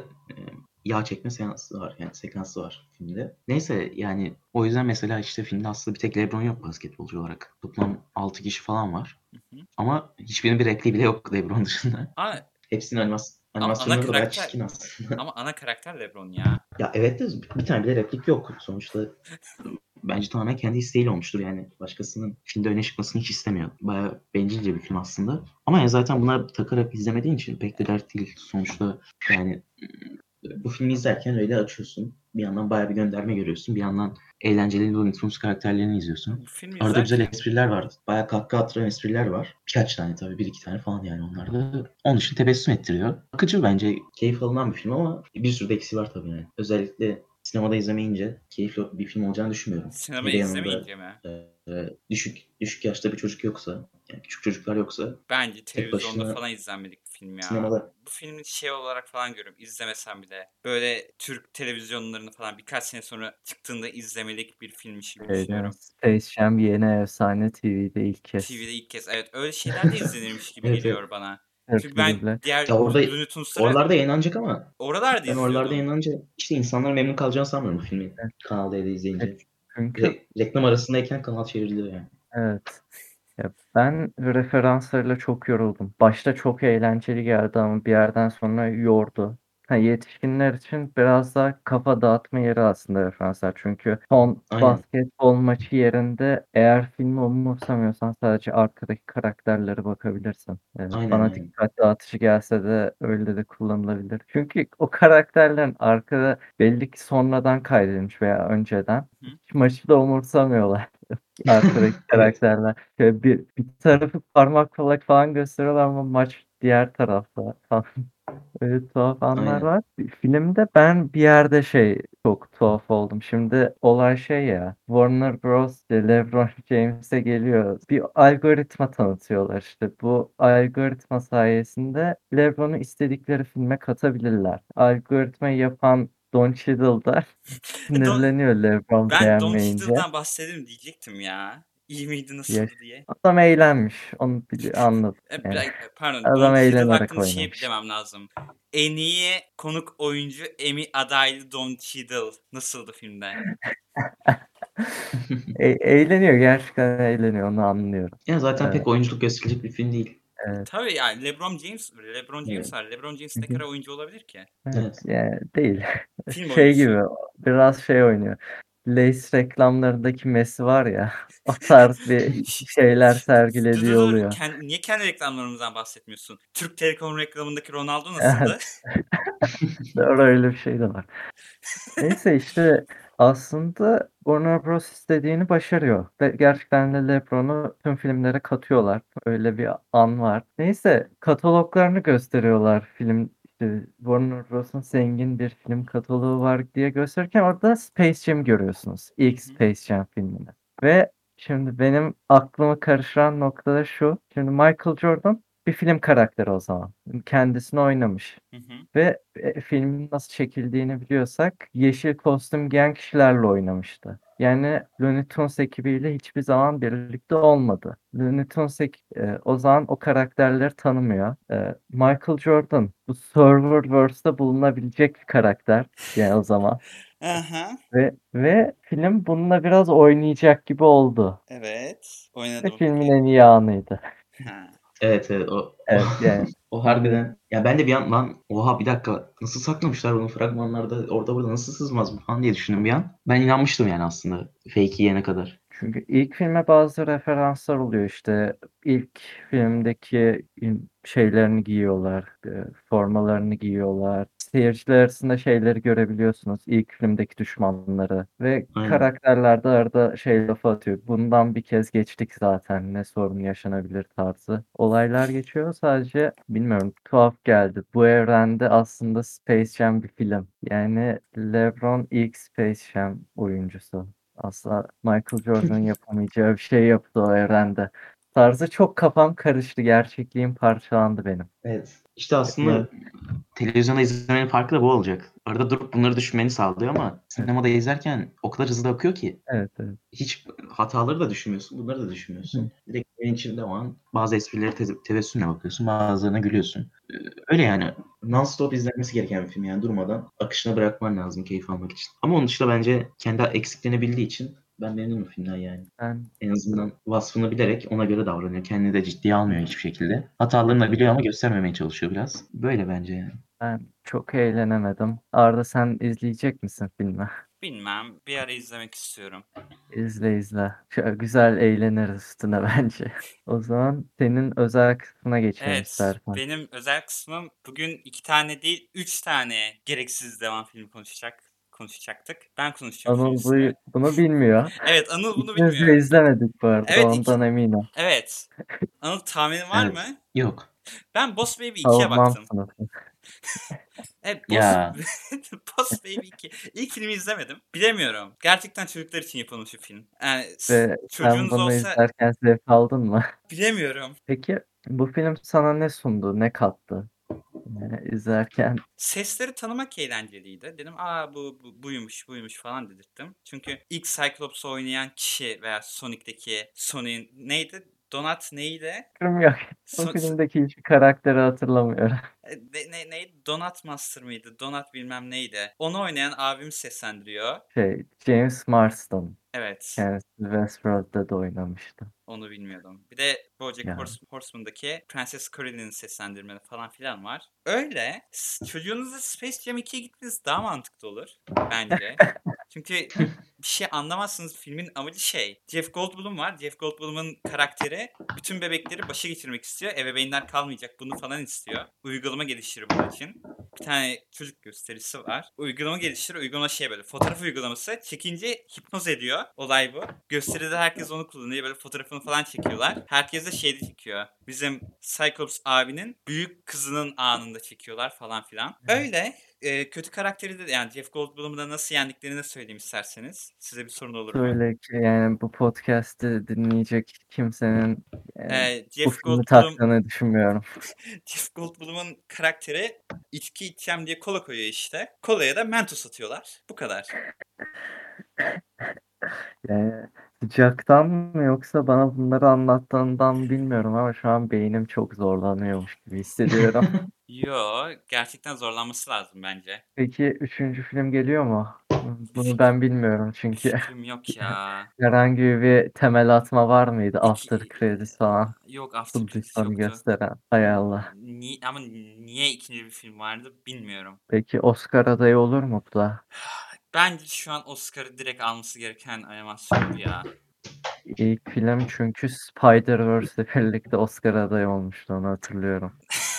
yağ çekme seansı var yani sekansı var filmde. Neyse yani o yüzden mesela işte filmde aslında bir tek LeBron yok basketbolcu olarak. Toplam 6 kişi falan var. Hı hı. Ama hiçbirinin bir repliği bile yok LeBron dışında. Ama, Hepsinin ama ana animasyonları da bayağı karakter çirkin aslında. ama ana karakter LeBron ya. Ya evet de bir tane bile replik yok. Sonuçta bence tamamen kendi isteğiyle olmuştur yani. Başkasının filmde öne çıkmasını hiç istemiyor. Bayağı bencilce bir film aslında. Ama yani zaten buna takarak izlemediğin için pek de dert değil. Sonuçta yani bu filmi izlerken öyle açıyorsun. Bir yandan bayağı bir gönderme görüyorsun. Bir yandan eğlenceli Looney Tunes karakterlerini izliyorsun. Bu filmi Arada güzel izlerken espriler var. Bayağı kahkaha attıran espriler var. Birkaç tane tabii. Bir iki tane falan yani onlar da. Onun için tebessüm ettiriyor. Akıcı bence. Keyif alınan bir film ama bir sürü de eksiği var tabii yani. Özellikle sinemada izlemeyince keyifli bir film olacağını düşünmüyorum. sinemaya Hele yanında izlemeyince mi? düşük yaşta bir çocuk yoksa, yani küçük çocuklar yoksa Bence tek televizyonda başına falan izlenmedik bir film ya. sinemada Bu filmin şey olarak falan görüyorum. İzlemesem bile. Böyle Türk televizyonlarını falan birkaç sene sonra çıktığında izlemelik bir filmmiş gibi düşünüyorum. Space Jam yeni efsane TV'de ilk kez. TV'de ilk kez. Evet öyle şeyler de izlenirmiş gibi evet, geliyor bana. Çünkü Türkçe ben dublaj. diğer ya orada Looney Tunes'ları oralarda yayınlanacak ama oralarda ben oralarda izliyordum. yayınlanınca işte insanlar memnun kalacağını sanmıyorum bu filmi Evet. Kanal D'de izleyince. Çünkü Reklam arasındayken kanal çevriliyor yani. evet. Ya ben referanslarıyla çok yoruldum. Başta çok eğlenceli geldi ama bir yerden sonra yordu. Ha, yetişkinler için biraz daha kafa dağıtma yeri aslında referanslar. Çünkü son Aynen. basketbol maçı yerinde eğer filmi umursamıyorsan sadece arkadaki karakterlere bakabilirsin. Bana Aynen. dikkat dağıtıcı gelse de öyle de kullanılabilir. Çünkü o karakterlerin arkada belli ki sonradan kaydedilmiş veya önceden Hı. hiç maçı da umursamıyorlar. Arkadaki Evet. karakterler. Şöyle bir tarafı parmakla falan gösteriyorlar ama maç diğer tarafta falan. Öyle tuhaf anlar Aynen. var. Filmde ben bir yerde çok tuhaf oldum. Şimdi olay ya. Warner Bros. LeBron James'e geliyor. Bir algoritma tanıtıyorlar işte. Bu algoritma sayesinde LeBron'u istedikleri filme katabilirler. Algoritmayı yapan Don Cheadle da Don, sinirleniyor LeBron ben Don beğenmeyince. Cheadle'dan bahsedelim diyecektim ya. İyi miydi Ya, nasıldı diye. adam eğlenmiş. Onu anladım. Yani Pardon Don adam Cheadle eğlenerek hakkında şey oynamış. demem lazım. en iyi konuk oyuncu Emmy adaylı Don Cheadle nasıldı filmde? Eğleniyor, gerçekten eğleniyor, onu anlıyorum. Yani zaten Evet. pek oyunculuk gösterilecek bir film değil. Evet. Tabii yani LeBron James Evet. var. LeBron James Hı ne hı. kadar oyuncu olabilir ki? Evet, Evet. yani değil. Film Şey oyuncusu. gibi, biraz şey oynuyor. Lay's reklamlarındaki Messi var ya, o tarz bir şeyler Dur sergilediği dur dur. oluyor. Niye kendi reklamlarımızdan bahsetmiyorsun? Türk Telekom reklamındaki Ronaldo Evet. nasıldı? Doğru, öyle bir şey de var. Neyse işte aslında Warner Bros. İstediğini başarıyor. Ve gerçekten de LeBron'u tüm filmlere katıyorlar. Öyle bir an var. Neyse kataloglarını gösteriyorlar film. İşte Warner Bros'un zengin bir film kataloğu var diye gösterirken orada Space Jam görüyorsunuz. Hı İlk hı. Space Jam filmini. Ve şimdi benim aklımı karıştıran nokta da şu. Şimdi Michael Jordan bir film karakteri o zaman. Kendisini oynamış. Hı hı. Ve filmin nasıl çekildiğini biliyorsak yeşil kostüm giyen kişilerle oynamıştı. Yani Looney Tunes ekibiyle hiçbir zaman birlikte olmadı. Looney Tunes o zaman o karakterleri tanımıyor. Michael Jordan bu Serververse'de bulunabilecek bir karakter yani o zaman. Aha. Ve film bununla biraz oynayacak gibi oldu. Evet. Ve Oynadı mı filmin peki? en iyi anıydı. Ha. Evet Evet yani. o harbiden ya ben de bir an lan oha bir dakika nasıl saklamışlar bunu fragmanlarda orada burada nasıl sızmaz bu falan diye düşündüm bir an. Ben inanmıştım yani aslında fake'i yene kadar. Çünkü ilk filme bazı referanslar oluyor işte. İlk filmdeki şeylerini giyiyorlar, formalarını giyiyorlar. Seyirciler arasında şeyleri görebiliyorsunuz. İlk filmdeki düşmanları ve Aynen. karakterler de arada şey lafı atıyor. Bundan bir kez geçtik zaten. Ne sorun yaşanabilir tarzı. Olaylar geçiyor. Sadece bilmiyorum, tuhaf geldi. Bu evrende aslında Space Jam bir film. Yani LeBron ilk Space Jam oyuncusu. Asla Michael Jordan'ın yapamayacağı bir şey yaptı o evrende. Tarzı çok kafam karıştı. Gerçekliğim parçalandı benim. Evet. İşte Yani, aslında televizyonda izlemenin farkı da bu olacak. Arada durup bunları düşünmeni sağlıyor ama evet, sinemada izlerken o kadar hızlı akıyor ki evet, evet. hiç hataları da düşünmüyorsun, bunları da Hı. düşünmüyorsun. Direkt senin içinde o an bazı esprileri tebessümle bakıyorsun, bazılarına gülüyorsun. Öyle yani non-stop izlenmesi gereken bir film yani durmadan akışına bırakman lazım keyif almak için. Ama onun dışında bence kendi eksiklerini bildiği için ben memnunum filmden yani. Ben En azından vasfını bilerek ona göre davranıyor. Kendini de ciddiye almıyor hiçbir şekilde. Hatalarını da biliyor ama göstermemeye çalışıyor biraz. Böyle bence yani. ben çok eğlenemedim. Arda, sen izleyecek misin filmi? Bilmem. Bir ara izlemek istiyorum. İzle izle. Şöyle güzel eğleniriz üstüne bence. O zaman senin özel kısmına geçelim Evet. istersen. Benim özel kısmım bugün 2 tane değil 3 tane gereksiz devam filmi konuşacaktık. Ben konuşacağım bugün Anıl üstüne. bunu bilmiyor. Evet, Anıl bunu İkimiz de bilmiyor. izlemedik bu arada. Evet Ondan eminim. evet. Anıl tahminin var Evet. mı? Yok. Ben Boss Baby 2'ye Savunmam baktım. sınıfı. Evet, Ya Boss Baby 2. İlk filmi izlemedim. Bilemiyorum. Gerçekten çocuklar için yapılmış bir film. Yani Ve sen çocuğunuz bunu olsa izlerken zevk aldın mı? bilemiyorum. Peki bu film sana ne sundu, ne kattı? Yani izlerken Sesleri tanımak eğlenceliydi. Dedim buymuş falan dedirttim. Çünkü ilk Cyclops'u oynayan kişi veya Sonic'teki Sonic'in neydi? Donut neydi? fikrim yok. Bu filmdeki hiçbir karakteri hatırlamıyorum. Neydi? Donut Master mıydı? Donut bilmem neydi. Onu oynayan abim seslendiriyor. James Marsden. Evet. Kendisi Westworld'da da oynamıştı. Onu bilmiyordum. Bir de BoJack Ya. Horseman'daki Princess Carolyn'in seslendirmeni falan filan var. Öyle. Çocuğunuzla Space Jam 2'ye gitmeniz daha mantıklı olur. Bence. Çünkü bir şey anlamazsınız. Filmin amacı şey. Jeff Goldblum var. Jeff Goldblum'un karakteri bütün bebekleri başa geçirmek istiyor. Ebeveynler kalmayacak. Bunu falan istiyor. Uygulama geliştirir bunun için. Bir tane çocuk gösterisi var. Uygulama geliştirir. Uygulama şey böyle. Fotoğraf uygulaması. Çekince hipnoz ediyor. Olay bu. Gösteride herkes onu kullanıyor. Böyle fotoğrafını falan çekiyorlar. Herkes de şeyde çekiyor. Bizim Cyclops abinin büyük kızının anında çekiyorlar falan filan. Öyle. Kötü karakteri de yani Jeff Goldblum'u da nasıl yendiklerini söyleyeyim isterseniz. Size bir sorun olur mu? Söyle ki yani bu podcast'i dinleyecek kimsenin bu Jeff filmi Goldblum taktığını düşünmüyorum. Jeff Goldblum'un karakteri içki içeceğim diye kola koyuyor işte. Kolaya da Mentos atıyorlar. Bu kadar. Yani sıcaktan mı yoksa bana bunları anlattığından bilmiyorum ama şu an beynim çok zorlanıyormuş gibi hissediyorum. Yo, gerçekten zorlanması lazım bence. Peki 3. film geliyor mu? Bunu Fik- ben bilmiyorum Bir çünkü fikrim yok ya. herhangi bir temel atma var mıydı? After İki, credits falan. yok After Bu Credits sonu yoktu. gösteren. Hay Allah. Ama niye ikinci bir film vardı bilmiyorum. Peki Oscar adayı olur mu bu da? Bence şu an Oscar'ı direkt alması gereken animasyon bu ya. İlk film çünkü Spider-Verse'le birlikte Oscar adayı olmuştu, onu hatırlıyorum.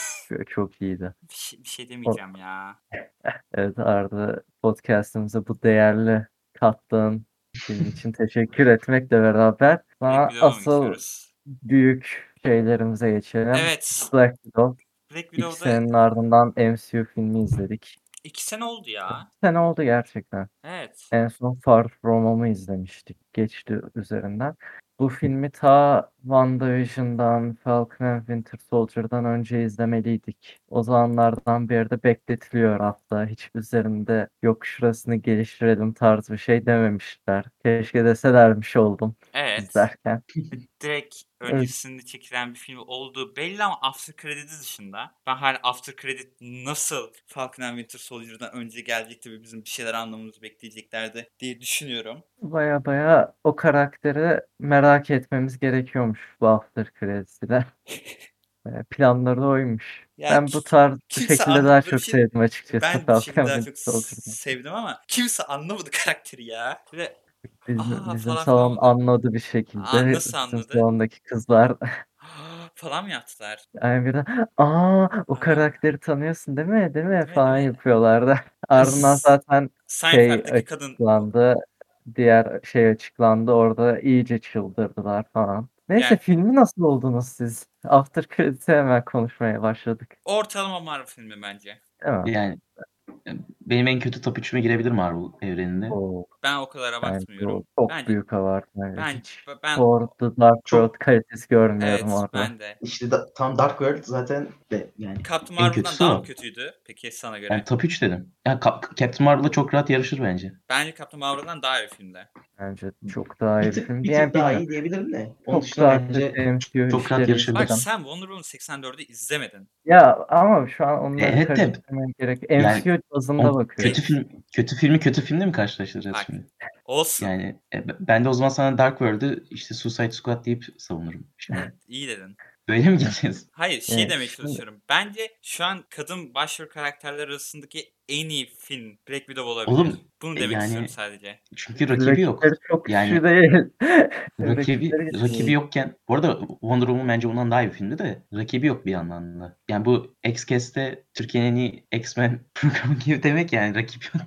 Çok iyiydi. Bir şey O, demeyeceğim ya. evet Arda, podcastımıza bu değerli kattığın film için teşekkür etmekle beraber Black sana Widow'a mı asıl geçiyoruz? büyük şeylerimize geçelim. Evet. Black Widow. Black 2 Widow'da senenin ardından MCU filmi izledik. 2 sene oldu ya. 2 sene oldu gerçekten. Evet. En son Far From Home'u izlemiştik. Geçti üzerinden. Bu filmi ta WandaVision'dan, Falcon and Winter Soldier'dan önce izlemeliydik. O zamanlardan beri de bekletiliyor hatta. Hiç üzerinde yok şurasını geliştirelim tarzı bir şey dememişler. Keşke deselermiş oldum Evet. izlerken. Direkt Evet. öncesinde çekilen bir film olduğu belli ama After Credit'i dışında ben hala After Credit nasıl Falcon and Winter Soldier'dan önce gelecekti ve bizim bir şeyler anlamamızı bekleyeceklerdi diye düşünüyorum. Baya baya o karakteri merak etmemiz gerekiyormuş bu After Credits'de. Planları da oymuş. Ya Ben bu kimse şekilde daha anlamadı bir çok şey. sevdim açıkçası Ben bu şekilde Falcon daha Winter çok Soldier'dan. sevdim ama kimse anlamadı karakteri ya. Ve Bizim falan filan salon oldu. anladı bir şekilde. Nasıl Bizim anladı? salondaki kızlar Falan mı yaptılar? yani birden o Aa, karakteri tanıyorsun değil mi? Değil mi? değil mi değil Falan mi? yapıyorlardı. Ardından zaten şey Seinfeld'deki kadın açıklandı. Diğer şey açıklandı. Orada iyice çıldırdılar falan. Neyse, yani filmi nasıl buldunuz siz? After Credits'e hemen konuşmaya başladık. ortalama Marvel filmi bence. Değil mi? Yani benim en kötü top 3'üme girebilir Marvel evreninde. O Ben o kadar bence o abartmıyorum. çok Bence büyük abartma. ben Hiç ben Thor The Dark World Çok kalitesi görmüyorum evet orada. ben de. işte tam Dark World zaten de yani Captain en Marvel'dan kötüsü daha mı o. kötüydü peki sana Yani göre? top 3 dedim. Yani Captain Marvel'la çok rahat yarışır bence. Bence Captain Marvel'dan daha iyi bir filmdi. Bence çok daha iyi bir film. Bir tık Yani daha bilmiyorum. iyi diyebilirim de. Onun Çok dışında rahatlıkla bence MCU çok rahat işleri Bak yarışabilir. izledim. sen Wonder Woman 84'ü izlemedin. Ya ama şu an onları Evet de karıştırmaya gerek. yani MCU bazında kötü bakıyoruz. film kötü filmle mi karşılaştıracağız Bak şimdi? olsun. Yani ben de o zaman sana Dark World'ü işte Suicide Squad deyip savunurum şimdi. İyi dedin. Böyle mi gideceğiz? Hayır şey Yani demeye şimdi çalışıyorum. Bence şu an kadın başrol karakterler arasındaki en iyi film Black Widow olabilir. Oğlum Bunu demek istiyorum yani sadece. çünkü rakibi rakipleri yok. çok güçlü Yani değil. rakibi Rakipleri güçlü rakibi değil. yokken bu arada Wonder Woman bence bundan daha iyi bir filmdi de rakibi yok bir yandan da. Yani bu X-Cast'te Türkiye'nin en iyi X-Men programı gibi demek yani rakip yok.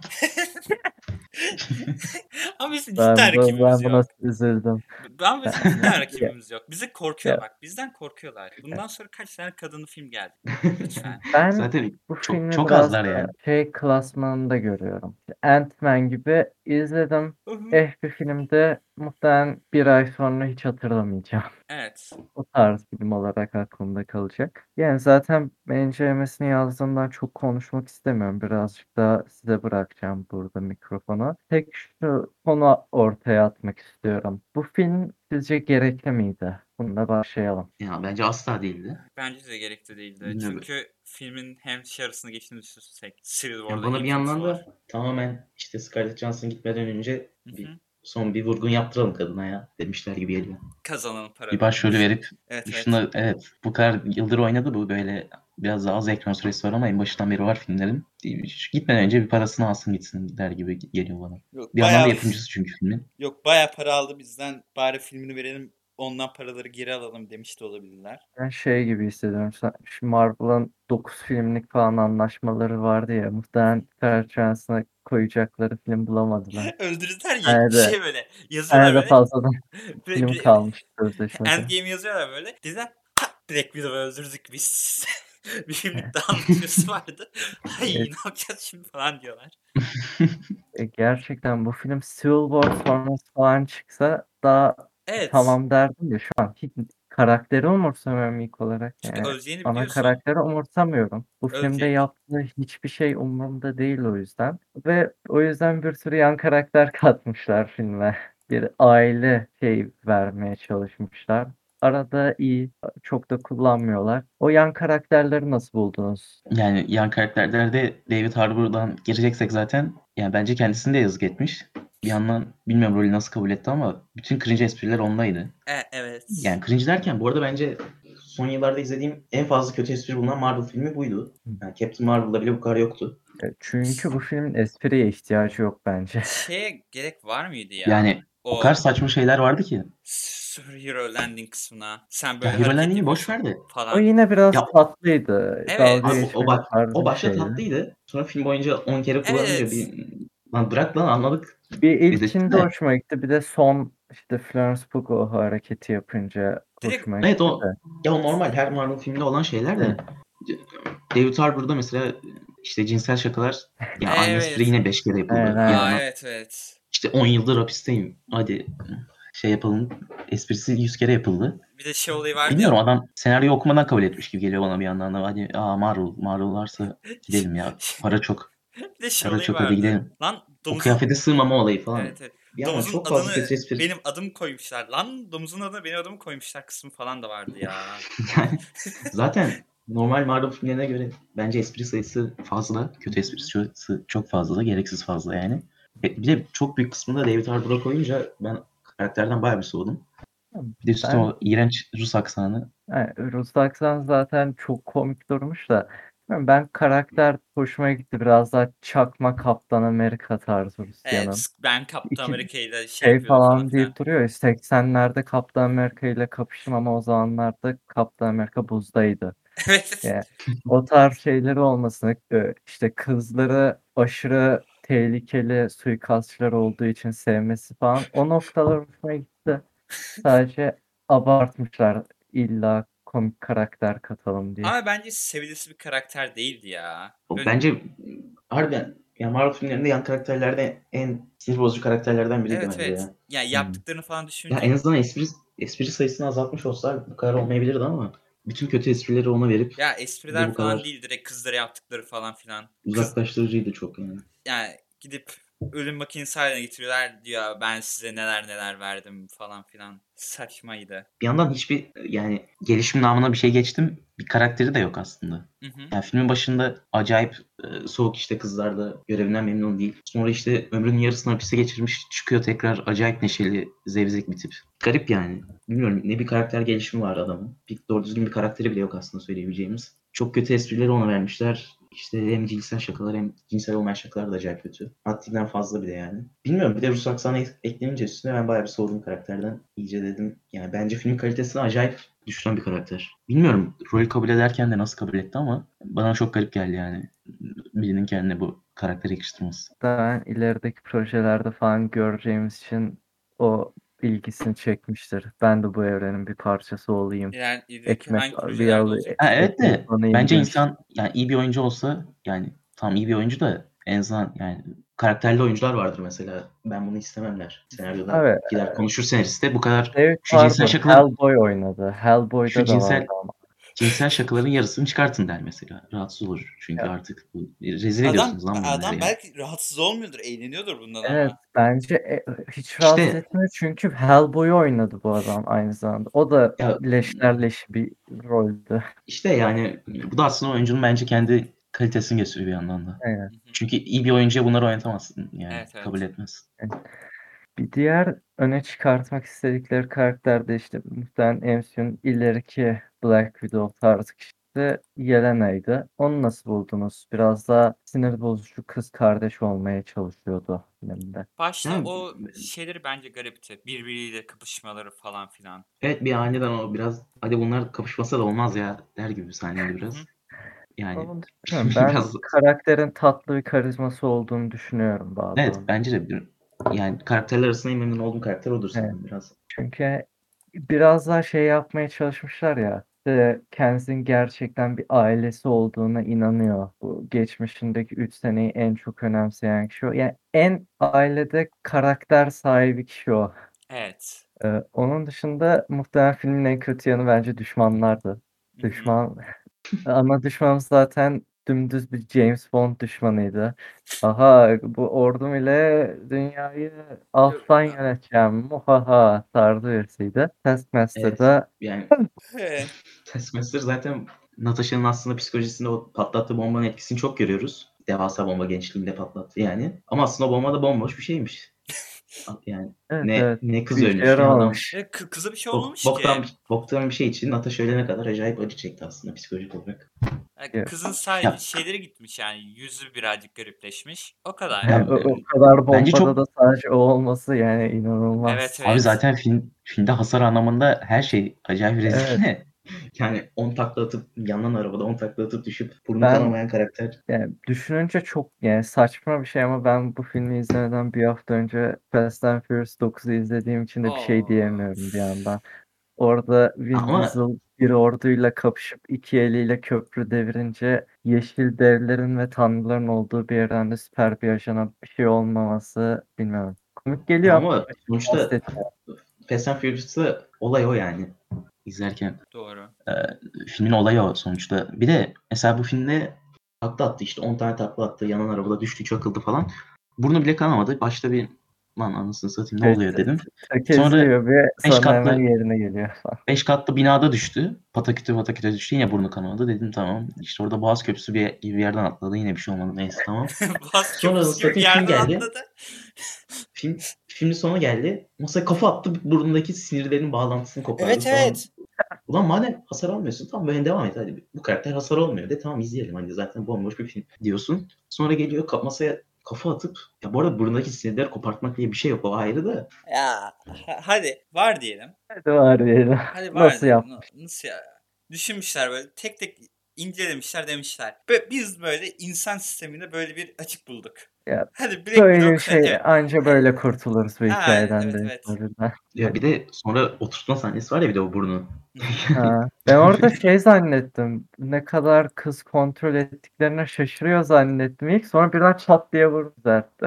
Ama bizim cidden rakibimiz Ben buna yok. üzüldüm. Ama bizim cidden Ya, rakibimiz yok. Bizi korkuyor ya, bak. Bizden korkuyorlar. Bundan sonra kaç tane kadını film geldi? Lütfen. ben Zaten bu çok filmi çok biraz azlar da yani. şey klasmanında görüyorum. Ant-Man gibi izledim. Hı hı. Bir filmde muhtemelen bir ay sonra hiç hatırlamayacağım. Evet. O tarz film olarak aklımda kalacak. Yani zaten incelemesini yazdığımdan çok konuşmak istemiyorum. Birazcık daha size bırakacağım burada mikrofonu. Tek şu konu ortaya atmak istiyorum. Bu film sizce gerekli miydi? Bununla başlayalım. Ya bence asla değildi. Bence de gerekli değildi. Bilmiyorum. Çünkü filmin hem şey arasında geçtiğini düşünürsek Civil Yani War'la bana bir Infinity yandan War. da tamamen işte Scarlett Johansson gitmeden önce Hı hı. son bir vurgun yaptıralım kadına ya demişler gibi geliyor. Kazanalım Bir para başrolü veririz. verip Evet evet. şuna evet bu kadar yıldır oynadı bu böyle biraz daha az ekran süresi var ama en başından beri var filmlerin. Gitmeden önce bir parasını alsın gitsin der gibi geliyor bana. Yok Bir yandan da bayağı yapımcısı çünkü filmin. yok bayağı para aldı bizden. Bari filmini verelim. Ondan paraları geri alalım demiş de olabilirler. Ben şey gibi hissediyorum. Şu Marvel'ın 9 filmlik falan anlaşmaları vardı ya. Muhtemelen Scarlett Johansson'a koyacakları film bulamadılar. Öldürdüler Nerede? şey böyle yazıyorlar Nerede böyle. fazladan film kalmış sözleşmede. Endgame yazıyorlar böyle. Dediler ha Black Widow'u öldürdük biz. Bir filmlik daha anlatıyorsu vardı. Ay Evet, ne yapacağız şimdi falan diyorlar. gerçekten bu film Civil War sonrası falan çıksa daha Evet. tamam derdim de şu an hiç karakteri umursamıyorum ilk olarak. Çünkü Yani öleceğini ana biliyorsun. karakteri umursamıyorum. Bu filmde Ölecek. yaptığı hiçbir şey umurumda değil o yüzden. Ve o yüzden bir sürü yan karakter katmışlar filme. Bir aile şey vermeye çalışmışlar. arada iyi. Çok da kullanmıyorlar. O yan karakterleri nasıl buldunuz? Yani yan karakterlerde David Harbour'dan gireceksek zaten yani bence kendisini de yazık etmiş. Bir yandan bilmiyorum rolü nasıl kabul etti ama bütün cringe espriler ondaydı. Evet. Yani cringe derken bu arada bence son yıllarda izlediğim en fazla kötü espri bulunan Marvel filmi buydu. Yani Captain Marvel'da bile bu kadar yoktu. Çünkü bu filmin espriye ihtiyacı yok bence. Şeye gerek var mıydı ya? Yani o kadar saçma şeyler vardı ki. Superhero landing kısmına. Sen Ya böyle Hero hareket Landing'i boş yapıyorsun ver de. O falan. yine biraz Ya tatlıydı. Evet. Dalga abi geçmeli bak tarzı o bir başta şeydi. tatlıydı. Sonra film boyunca 10 kere kullanınca Evet. bir lan bırak lan anladık Bir dedirtti ilkinde de. hoşuma gitti. Bir de son işte Florence Pugh o hareketi yapınca Direkt hoşuma Evet gitti o de. ya o normal her Marvel filminde olan şeyler de. Evet. David Harbour'da mesela işte cinsel şakalar ya aynı espri Evet. yine 5 kere yapıldı. Evet, Bir evet. Aa, yandan evet. işte 10 yıldır hapisteyim. Hadi şey yapalım. Esprisi 100 kere yapıldı. Bir de şey olayı vardı Bilmiyorum ya. adam senaryo okumadan kabul etmiş gibi geliyor bana bir yandan da. Hadi Marvel varsa gidelim ya. Para çok. Bir de şey Para olayı çok hadi vardı. gidelim. Lan O domuzun... kıyafete sığmama olayı falan. Evet, evet. Bir yandan Domuzun çok fazla adını kötü espri. benim adım koymuşlar. Lan domuzun adını benim adımı koymuşlar kısmı falan da vardı ya. Yani zaten normal Marvel filmlerine göre bence espri sayısı fazla. Kötü espri sayısı çok fazla da gereksiz fazla yani. Bir de çok büyük kısmını da David Harbour'a koyunca ben karakterden bayağı bir soğudum. Bir de üstüne Ben o iğrenç Rus aksanı. Rus aksan zaten çok komik durmuş da. Bilmiyorum, ben karakter hoşuma gitti. Biraz daha çakma Kaptan Amerika tarzı Rusya'nın. Evet, ben Kaptan İki Amerika ile şey şey yapıyordu falan falan filan. deyip duruyor ya. 80'lerde Kaptan Amerika ile kapıştım ama o zamanlarda Kaptan Amerika buzdaydı. Evet. Yani o tarz şeyleri olmasını işte kızları aşırı tehlikeli suikastçılar olduğu için sevmesi falan o noktalar hoşuma gitti. Sadece abartmışlar illa komik karakter katalım diye. Ama bence sevilesi bir karakter değildi ya. O Böyle, bence harbiden yani Marvel filmlerinde yan karakterlerde en sinir bozucu karakterlerden biriydi evet bence evet. ya. Yani Hmm. yaptıklarını falan Ya en düşününce azından espri sayısını azaltmış olsalar bu kadar olmayabilirdi ama bütün kötü esprileri ona verip ya bir de espriler bu falan kadar değil, direkt kızlara yaptıkları falan filan. Kız uzaklaştırıcıydı çok yani. yani gidip ölüm makinesi haline getiriyorlar diyor, ben size neler neler verdim falan filan. Saçmaydı. Bir yandan hiçbir yani gelişim namına bir şey geçtim. Bir karakteri de yok aslında. Hı hı. Yani filmin başında acayip soğuk işte kızlar da görevinden memnun değil. Sonra işte ömrünün yarısını hapiste geçirmiş. Çıkıyor tekrar acayip neşeli, zevzek bir tip. Garip yani. Bilmiyorum ne bir karakter gelişimi var adamın. Bir doğru düzgün bir karakteri bile yok aslında söyleyebileceğimiz. Çok kötü esprileri ona vermişler. İşte hem cinsel şakalar hem cinsel olmayan şakalar da acayip kötü. Haddinden fazla bir de yani. Bilmiyorum bir de Rus aksanı eklenince üstüne ben bayağı bir soğudum karakterden. İyice dedim. Yani bence film kalitesini acayip düşüren bir karakter. Bilmiyorum rolü kabul ederken de nasıl kabul etti ama bana çok garip geldi yani. Birinin kendine bu karakteri yakıştırması. Ben ilerideki projelerde falan göreceğimiz için o ilgisini çekmiştir. Ben de bu evrenin bir parçası olayım. İlerideki Ekmek hangi projelerde olacak Ha, ki? evet ekmek de banayım bence demiş. insan yani iyi bir oyuncu olsa yani tam iyi bir oyuncu da en azından yani karakterli oyuncular vardır mesela. Ben bunu istememler. Senaryoda Abi gider konuşur senariste bu kadar David şu cinsel Harbour şakalar Hellboy oynadı. şu Hellboy'da da vardı cinsel ama. cinsel şakaların yarısını çıkartın der mesela. Rahatsız olur çünkü Ya, artık rezil Adam ediyorsunuz lan bunları adam ya. belki rahatsız olmuyordur, eğleniyordur bundan evet ama. bence hiç rahatsız İşte etmiyor çünkü Hellboy'u oynadı bu adam aynı zamanda. O da ya leşler leşi bir roldü. İşte yani bu da aslında oyuncunun bence kendi kalitesini gösteriyor bir yandan da. Evet. Hı hı. Çünkü iyi bir oyuncuya bunları oynatamazsın yani Evet kabul evet. etmez. Bir diğer öne çıkartmak istedikleri karakter de işte muhtemelen MCU'nun ileriki Black Widow tarzı kişisi Yelena'ydı. Onu nasıl buldunuz? Biraz daha sinir bozucu kız kardeş olmaya çalışıyordu filmde. Başta Yani o şeyleri bence garipti. Birbiriyle kapışmaları falan filan. evet bir aniden o biraz hadi bunlar kapışmasa da olmaz ya der gibi bir sahneydi Hı hı. biraz. Yani Onun dışında ben biraz karakterin tatlı bir karizması olduğunu düşünüyorum evet Balrog'un. bence de yani karakterler arasında en memnun olduğum karakter odur Evet. sanırım biraz. Çünkü biraz daha şey yapmaya çalışmışlar ya. Kendisinin gerçekten bir ailesi olduğuna inanıyor. Bu geçmişindeki 3 seneyi en çok önemseyen kişi o. Yani en ailede karakter sahibi kişi o. Evet. Onun dışında muhtemelen filmin en kötü yanı bence düşmanlardı. Hı hı. Düşman ana düşmanımız zaten dümdüz bir James Bond düşmanıydı. Aha bu ordum ile dünyayı alttan yöneteceğim. Muhaha tarzı birisiydi. Evet. Taskmaster'da Yani Evet. Taskmaster zaten Natasha'nın aslında psikolojisinde o patlattığı bombanın etkisini çok görüyoruz. Devasa bomba gençliğinde patlattı yani. Ama aslında o bomba da bomboş bir şeymiş. Yani evet ne evet ne kız bir işe ölmüş ne adam yaramamış. Kıza bir şey olmamış boktan ki. boktan bir şey için Natasha ölene kadar acayip acı çekti aslında psikolojik olarak. Kızın sadece Ya, şeyleri gitmiş yani. Yüzü birazcık garipleşmiş. O kadar. Yani ya o kadar bence bombada çok da sadece o olması yani inanılmaz. Evet abi evet. zaten filmde hasar anlamında her şey acayip rezil Evet. de. Yani 10 takla atıp yanan arabada 10 takla atıp düşüp burnu Ben kanamayan karakter. yani düşününce çok yani saçma bir şey ama ben bu filmi izlemeden bir hafta önce Fast and Furious 9'u izlediğim için de bir şey Oo. diyemiyorum bir yandan. Orada Vin Ama Diesel bir orduyla kapışıp iki eliyle köprü devirince yeşil devlerin ve tanrıların olduğu bir yerden de süper bir ajana bir şey olmaması bilmiyorum. Komik geliyor ama ama sonuçta bahsetmiyor. Fast and Furious'ta olay o yani. İzlerken Doğru. filmin olayı o sonuçta. Bir de mesela bu filmde takla attı işte 10 tane takla attı. Yanan arabada düştü çakıldı falan. Burnu bile kanamadı. Başta bir lan anasını satayım ne oluyor dedim. Sonra Tökezliyor ve 5 sonra hemen katlı yerine geliyor falan. 5 katlı binada düştü. Pataküte pataküte düştü. Yine burnu kanamadı. Dedim tamam. İşte orada Boğaz Köprüsü gibi bir yerden atladı. Yine bir şey olmadı. Neyse tamam. Boğaz Sonra Köprüsü gibi bir satayım film yerden geldi. atladı. Filmin sonu geldi. Masaya kafa attı. Burnundaki sinirlerin bağlantısını kopardı Evet falan. evet. Ulan madem hasar almıyorsun tamam böyle devam et hadi. Bu karakter hasar olmuyor de tamam izleyelim hadi zaten bomboş bir film diyorsun. Sonra geliyor masaya kafa atıp ya bu arada burundaki sinirleri kopartmak diye bir şey yok o ayrı da. Ya hadi var diyelim. Hadi var diyelim. Hadi var Nasıl diyelim. yapmış? Nasıl ya? Düşünmüşler böyle tek tek incelemişler demişler. Biz böyle insan sisteminde böyle bir açık bulduk. Ya Hadi Black böyle bir Widow şey evet. anca böyle kurtuluruz bu hikayeden Evet de. evet. Ya bir de sonra oturtma sahnesi var ya bir de o burnu. Ha. Ben orada şey zannettim. Ne kadar kız kontrol ettiklerine şaşırıyor zannettim ilk. Sonra birden çat diye vurdu zaten.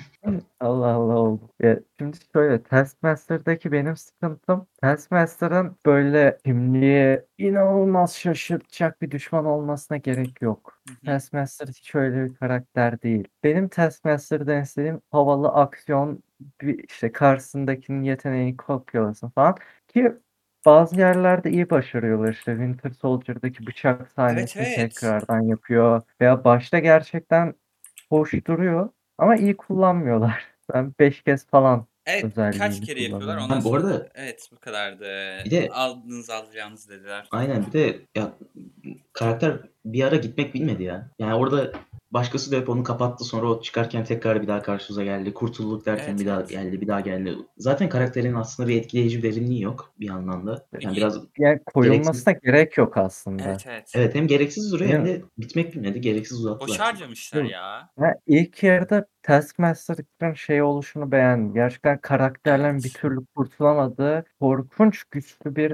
Allah Allah oldu. Ya şimdi şöyle Taskmaster'daki benim sıkıntım Taskmaster'ın böyle kimliği inanılmaz şaşırtacak bir düşman olmasına gerek yok. Taskmaster hiç öyle bir karakter değil. Benim Taskmaster'dan istediğim havalı aksiyon işte karşısındakinin yeteneğini kopyalasın falan ki bazı yerlerde iyi başarıyorlar işte Winter Soldier'daki bıçak Evet sahnesini evet. tekrardan yapıyor veya başta gerçekten hoş duruyor ama iyi kullanmıyorlar. Ben 5 kez falan Evet birkaç özelliğini kere yapıyorlar. kullanıyorum. Ondan Ha, bu sonra da arada evet bu kadardı. bir de Aldınız alacağınız dediler. aynen bir de ya karakter bir ara gitmek bilmedi ya. Yani orada başkası da hep onu kapattı sonra o çıkarken tekrar bir daha karşımıza geldi. Kurtulduk derken Evet bir daha evet. geldi bir daha geldi. Zaten karakterin aslında bir etkileyici bir derinliği yok bir yandan da. Yani Peki biraz Yani gereksiz. koyulmasına gerek yok aslında. evet evet. Evet hem gereksiz duruyor hem Benim de bitmek bilmedi. Gereksiz Boş uzattılar çok. harcamışlar ya. ben ilk yarıda Taskmaster'ın şey oluşunu beğendim. Gerçekten karakterlerin bir Evet. türlü kurtulamadığı korkunç güçlü bir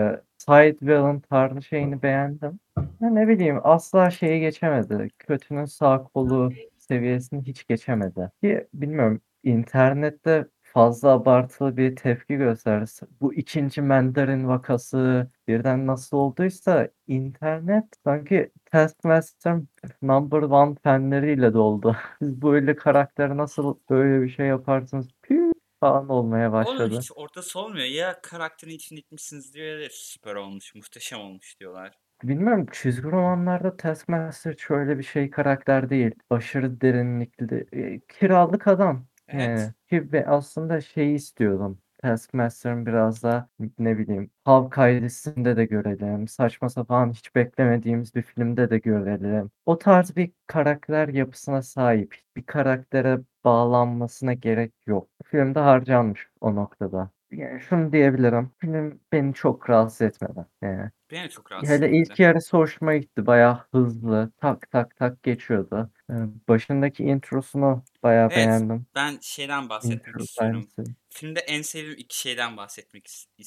side villain tarzı şeyini beğendim. Ya ne bileyim asla şeyi geçemedi. Kötünün sağ kolu seviyesini hiç geçemedi. Ki bilmiyorum internette fazla abartılı bir tepki gösterisi. Bu ikinci Mandarin vakası birden nasıl olduysa internet sanki Taskmaster Number One fanleriyle doldu. Siz böyle karakter nasıl böyle bir şey yaparsınız? Püh falan olmaya Oğlum başladı. hiç ortası olmuyor. Ya karakterin içine gitmişsiniz diyor ya süper olmuş, muhteşem olmuş diyorlar. Bilmiyorum çizgi romanlarda Taskmaster şöyle bir şey karakter değil. Aşırı derinlikli. Kiralık adam. Evet. Ki aslında şeyi istiyordum. Taskmaster'ın biraz da ne bileyim Hawkeye dizisinde de görelim. Saçma sapan hiç beklemediğimiz bir filmde de görelim. O tarz bir karakter yapısına sahip. Bir karaktere bağlanmasına gerek yok. Bu filmde harcanmış o noktada. Yani şunu diyebilirim. Film beni çok rahatsız etmedi. Beni de çok rahatsız Hele etmedi. ilk yarısı hoşuma gitti. Bayağı hızlı. Tak tak tak geçiyordu. Başındaki introsunu bayağı Evet, beğendim. ben şeyden bahsetmek Intro istiyorum. sahnesi. Filmde en sevdiğim iki şeyden bahsetmek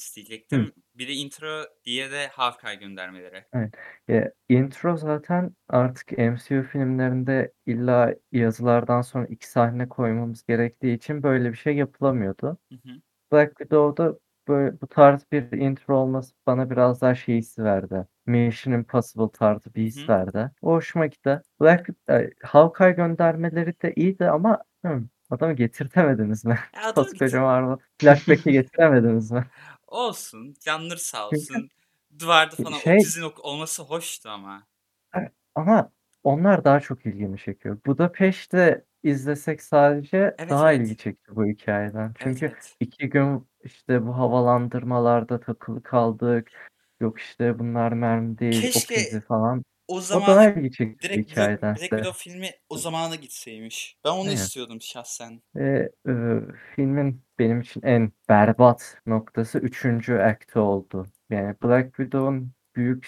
Hı, isteyecektim. Biri intro, diğeri de Hawkeye göndermeleri. evet. Intro zaten artık MCU filmlerinde illa yazılardan sonra 2 sahne koymamız gerektiği için böyle bir şey yapılamıyordu. Hı hı. Black Widow'da böyle bu tarz bir intro olması bana biraz daha şey hissi verdi. Mission Impossible tarzı bir Hı his hı. verdi. O hoşuma gitti. Hawkeye göndermeleri de iyiydi ama adamı getirtemediniz mi? Ya adamı Koskoca Marvel. Flashback'e getiremediniz mi? olsun. Canları sağ Çünkü olsun. Duvarda falan şey otizin olması hoştu ama. ama onlar daha çok ilgimi çekiyor. Budapeşte izlesek sadece Evet daha ilgi evet. çekti bu hikayeden. Evet Çünkü evet. 2 gün işte bu havalandırmalarda takılı kaldık. Yok işte bunlar mermi değil, ok izi Keşke falan. o O daha zamana ilgi çekti bu Black hikayedense. Widow filmi o zamana gitseymiş. Ben onu Aynen. istiyordum şahsen. Ve filmin benim için en berbat noktası 3. akti oldu. Yani Black Widow'un büyük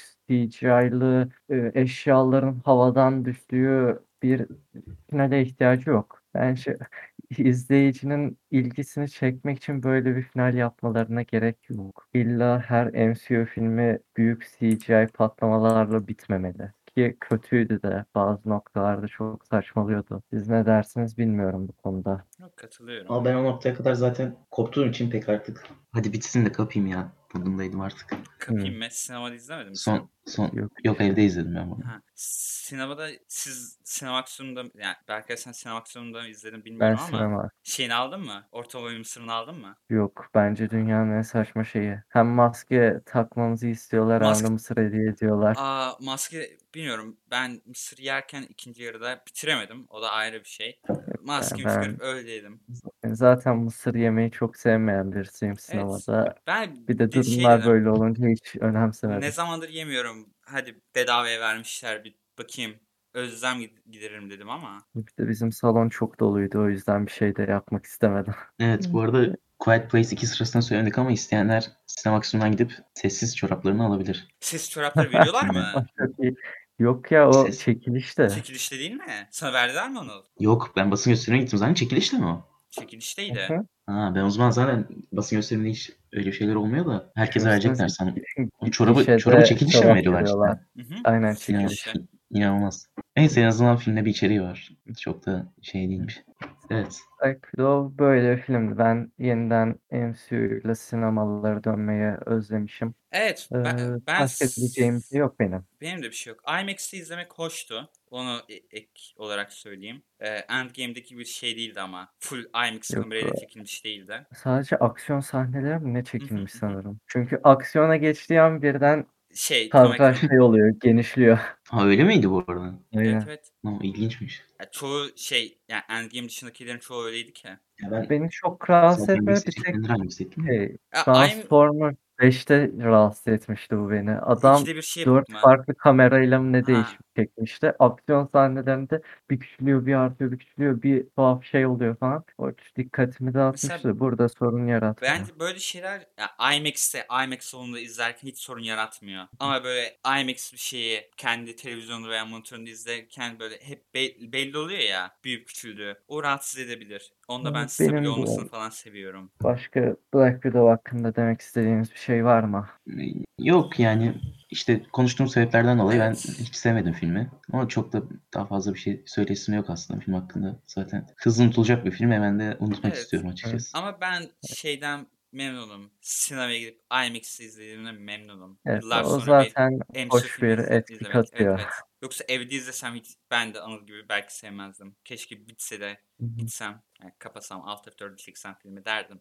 CGI'lı eşyaların havadan düştüğü bir finale ihtiyacı yok. Bence izleyicinin ilgisini çekmek için böyle bir final yapmalarına gerek yok. İlla her MCU filmi büyük CGI patlamalarla bitmemeli. Ki kötüydü de bazı noktalarda çok saçmalıyordu. Siz ne dersiniz bilmiyorum bu konuda. Yok, katılıyorum. Ama ben o noktaya kadar zaten koptuğum için pek artık hadi bitsin de kapayım ya modundaydım artık. Kapayım mı? Sinemada izlemedin mi sen? Son Yok. yok evde izledim ben bunu. Ha, sinemada siz Cinemaximum'da yani belki sen Cinemaximum'da mı izledin Ben bilmiyorum ama sinema şeyini aldın mı? Orta boy mısırını aldın mı? yok. Bence dünyanın en saçma şeyi. Hem maske takmamızı istiyorlar hem de Mask mısır hediye ediyorlar. maske bilmiyorum. Ben mısır yerken ikinci yarıda bitiremedim. O da ayrı bir şey. Yani Maskemi çıkarıp ben öyle yedim. zaten mısır yemeyi çok sevmeyen birisiyim Evet. sinemada. Ben Bir de bir şey durumlar dedim. böyle olunca hiç Ne önemsemedim. zamandır yemiyorum. Hadi bedavaya vermişler bir bakayım. Özlem gideririm dedim ama. Bir de bizim salon çok doluydu o yüzden bir şey de yapmak istemedim. Evet bu arada Quiet Place 2 sırasında söyledik ama isteyenler Cinemaximum'dan gidip sessiz çoraplarını alabilir. Ses çorapları veriyorlar Filme. O mı? çok iyi. Yok ya o Ses. çekilişte. Çekilişte değil mi? Sana verdiler mi onu? Yok ben basın gösterimine gittim zaten çekilişle mi o? Hı Çekilişteydi. hı. Ha, ben o zaman zaten basın gösteriminde hiç öyle şeyler olmuyor da herkese Düşünsenize verecekler sanırım. O çorabı gişede çekilişle mi çorap veriyorlar veriyorlar. cidden? Hı hı. Aynen Çekilişte. çekiliş. İnanılmaz. Neyse en azından filmde bir içeriği var. Çok da şey değilmiş. Evet. Black Widow böyle bir filmdi. Ben yeniden MCU ile sinemalara dönmeye özlemişim. Evet, ben Başka diyeceğim bir şey yok benim. benim de bir şey yok. IMAX'te izlemek hoştu. Onu ek olarak söyleyeyim. Endgame'deki bir şey değildi ama. Full IMAX Yok. kamerayla çekilmiş değildi. Sadece aksiyon sahneleri mi ne Hı hı, çekilmiş hı hı. sanırım. Çünkü aksiyona geçtiği an birden Tam kadraj ekran. şey oluyor, genişliyor. Ha öyle miydi bu arada? Evet Aynen. evet. O ilginçmiş. Ya, çoğu yani Endgame dışındakilerin çoğu öyleydi ki. Ya ben Beni çok rahatsız zaten etmedi. IMAX'te Bir tek çekmeleri IMAX'te ettim de. Ya, Transformers 5'te rahatsız etmişti bu beni. Adam 2'de bir şey yapıp 4 mı? farklı kamerayla mı ne Ha. değişik çekmişti. Aksiyon sahnelerinde bir küçülüyor, bir artıyor, bir küçülüyor, bir tuhaf şey oluyor falan. O dikkatimi Mesela dağıtmıştı. Burada sorun yaratmıyor. bence böyle şeyler ya IMAX salonunda izlerken hiç sorun yaratmıyor. Ama böyle IMAX bir şeyi kendi televizyonda veya monitöründe izlerken böyle hep belli oluyor ya büyük küçüldüğü. O rahatsız edebilir. Onda ben stabil Benim olmasını de falan seviyorum. başka Black Widow hakkında demek istediğiniz bir şey var mı? Yok yani işte konuştuğum sebeplerden dolayı ben Evet. hiç sevmedim filmi. Ama çok da daha fazla bir şey söylesim yok aslında film hakkında. Zaten hızlı unutulacak bir film. Hemen de unutmak Evet. istiyorum Hı. açıkçası. Ama ben şeyden memnunum. Sinemaya gidip IMAX'i izlediğimde memnunum. Evet, Yıllar o sonra bir zaten MCU hoş filmi bir etki izlemek. Evet katıyor. evet. Yoksa evde izlesem hiç ben de Anıl gibi belki sevmezdim. Keşke bitse de Hı hı. gitsem. Yani kapasam Alt F4'ü çeksem filmi derdim.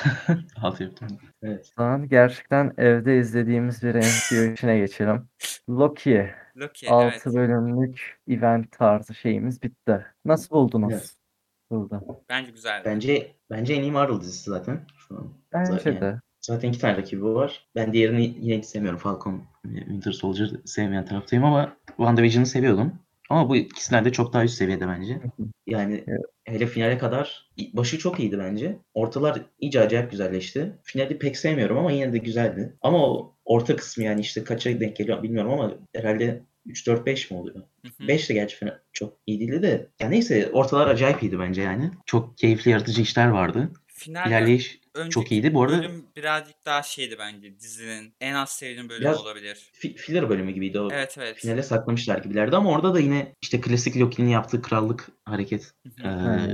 Halt yaptım. Evet. O zaman gerçekten evde izlediğimiz bir MCU içine geçelim. Loki Loki 6 evet. bölümlük event tarzı şeyimiz bitti. Nasıl Evet. buldunuz burada? Bence güzeldi. Bence en iyi Marvel dizisi zaten. Şu an. Bence Yani de. zaten iki tane rakibi var. Ben diğerini yine hiç sevmiyorum. Falcon, Winter Soldier sevmeyen taraftayım ama WandaVision'ı seviyordum. Ama bu ikisinden de çok daha üst seviyede bence. Hı hı. Yani Evet. hele finale kadar başı çok iyiydi bence. Ortalar iyice acayip güzelleşti. Finali pek sevmiyorum ama yine de güzeldi. Ama o orta kısmı yani işte kaça denk geliyor bilmiyorum ama herhalde 3-4-5 mi oluyor? Hı hı. 5 de gerçi çok iyi değildi de. Ya neyse ortalar acayip iyiydi bence yani. Çok keyifli yaratıcı işler vardı. Finalden İlerleyiş çok önceki iyiydi. Bu arada bölüm birazcık daha şeydi bence dizinin. En az sevdiğim bölüm biraz olabilir. filler bölümü gibiydi o. Evet evet. Finale saklamışlar gibilerdi ama orada da yine işte klasik Loki'nin yaptığı krallık hareket Hı eee, hı. Aynen.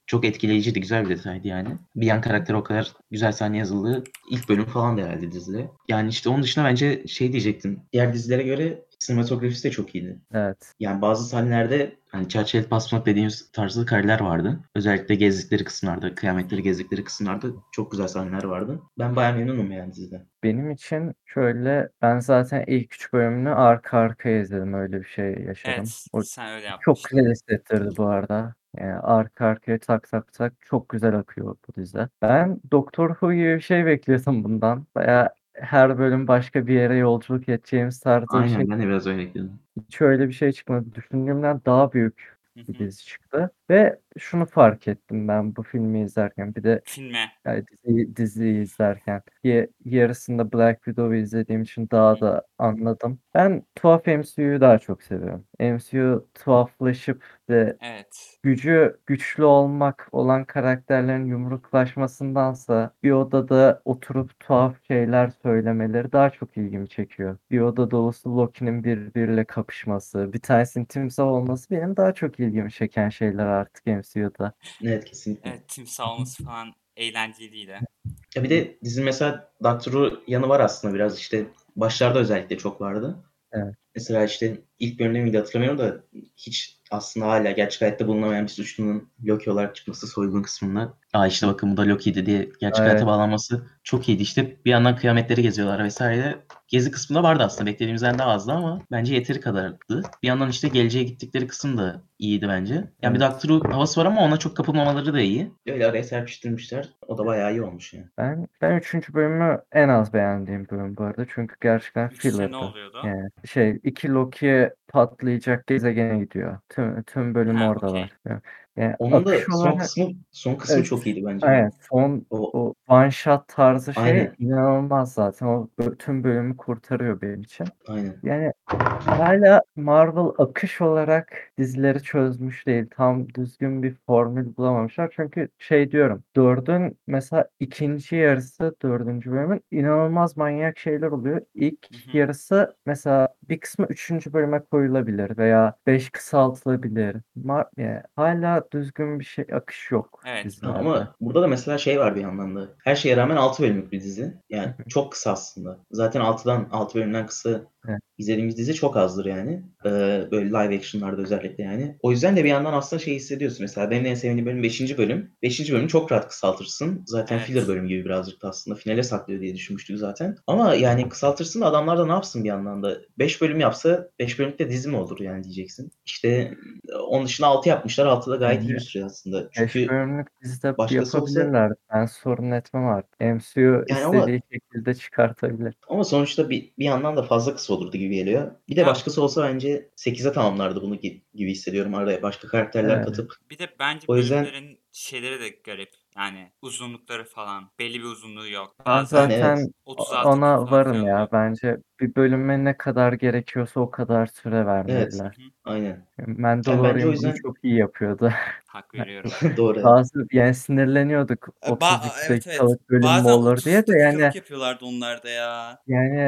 çok etkileyiciydi. Güzel bir detaydı yani. Bir yan karakter o kadar güzel sahne yazıldığı ilk bölüm falan da herhalde dizide. Yani işte onun dışında bence şey diyecektim. Diğer dizilere göre sinematografisi de çok iyiydi. Evet. Yani bazı sahnelerde hani çerçeve basmak dediğimiz tarzda kareler vardı. Özellikle gezdikleri kısımlarda, kıyametleri gezdikleri kısımlarda çok güzel sahneler vardı. Ben bayağı memnunum yani dizide. Benim için şöyle, ben zaten ilk 3 bölümünü arka arkaya izledim. Öyle bir şey yaşadım. Evet, O sen öyle çok güzel yapmıştın. hissettirdi bu arada. Yani arka arkaya tak tak tak çok güzel akıyor bu dizi. Ben Doctor Who gibi bir şey bekliyordum bundan. Baya her bölüm başka bir yere yolculuk edeceğimiz tarzda bir şey. Aynen ben de biraz öyle ekledim. Hiç öyle bir şey çıkmadı. Düşündüğümden daha büyük Hı bir hı. dizi çıktı. Ve şunu fark ettim ben bu filmi izlerken. Bir de Filme. yani diziyi izlerken yarısında Black Widow'u izlediğim için daha da anladım. Ben tuhaf MCU'yu daha çok seviyorum. MCU tuhaflaşıp ve Evet. güçlü olmak olan karakterlerin yumruklaşmasındansa bir odada oturup tuhaf şeyler söylemeleri daha çok ilgimi çekiyor. Bir oda dolusu Loki'nin birbiriyle kapışması, bir tanesinin timsah olması benim daha çok ilgimi çeken şeyler artık MCU'da. Evet kesinlikle. Evet, timsah olması falan eğlenceliydi. Ya bir de dizinin mesela Doctor Who yanı var aslında biraz işte başlarda özellikle çok vardı. Evet. Mesela işte ilk bölümde miydi hatırlamıyorum da hiç aslında hala gerçek hayatta bulunamayan bir suçlunun Loki olarak çıkması soygun kısmında. Aa işte bakın bu da Loki'ydi diye gerçek hayata Evet. bağlanması çok iyiydi. İşte bir yandan kıyametleri geziyorlar vesaire. Gezi kısmında vardı aslında. Beklediğimizden daha azdı ama bence yeteri kadardı. Bir yandan işte geleceğe gittikleri kısım da iyiydi bence. Yani bir Evet. Doctor Who havası var ama ona çok kapılmamaları da iyi. Öyle araya serpiştirmişler. O da bayağı iyi olmuş yani. Ben 3. bölümü en az beğendiğim bölüm bu arada. Çünkü gerçekten 3'te ne filler'dı. oluyordu? Yani iki Loki patlayacak gezegene gidiyor. Tüm bölüm Ha, oradalar. okey. Yani Onun akış da olarak son kısmı evet, çok iyiydi bence ya. evet, son O o one shot tarzı şey aynen. inanılmaz zaten. O tüm bölümü kurtarıyor benim için. Aynen. Yani hala Marvel akış olarak dizileri çözmüş değil. Tam düzgün bir formül bulamamışlar. Çünkü şey diyorum. Dördün mesela ikinci yarısı dördüncü bölümün inanılmaz manyak şeyler oluyor. İlk Hı hı. yarısı mesela bir kısmı üçüncü bölüme koyulabilir veya 5 kısaltılabilir. Yani hala düzgün bir şey akış yok Evet. dizilerde. Ama burada da mesela şey var bir yandan da. Her şeye rağmen 6 bölümlük bir dizi. Hı Yani hı. çok kısa aslında. Zaten 6 bölümden kısa Evet. izlediğimiz dizi çok azdır yani. Böyle live action'larda özellikle yani. O yüzden de bir yandan aslında şey hissediyorsun. Mesela benim en sevdiğim bölüm 5. bölüm. 5. bölümü çok rahat kısaltırsın. Zaten filler Evet. bölüm gibi birazcık da aslında. Finale saklıyor diye düşünmüştük zaten. Ama yani kısaltırsın da adamlar da ne yapsın bir yandan da. 5 bölüm yapsa 5 bölümlükte dizi mi olur yani diyeceksin. İşte onun dışında 6 yapmışlar. 6 da gayet iyi Yani bir süre aslında. 5 Çünkü bölümlük dizide başkası olsa yapabilirler. Ben sorun etmem artık. MCU yani ama istediği şekilde çıkartabilir. sonuçta bir yandan da fazla kısa olurdu gibi geliyor. Bir de Ya başkası olsa bence 8'e tamamlardı bunu gibi hissediyorum araya başka karakterler Evet. katıp. bir de bence O yüzden bölümlerin şeyleri de garip. Yani uzunlukları falan. Belli bir uzunluğu yok. Ben Bazen yani evet. zaten 36 ona dakika varım falan ya. oluyor. Bence bir bölüme ne kadar gerekiyorsa o kadar süre Evet. Hı vermeliler. hı. Aynen. Yani bence o Mandalorian bunu yüzden çok iyi yapıyordu. Hak veriyorum. doğru evet. Bazı yani sinirleniyorduk 33 Evet, evet. dakikalık bölüm mü Bazen olur 30 diye de yani dakikalık yapıyorlardı onlar da ya.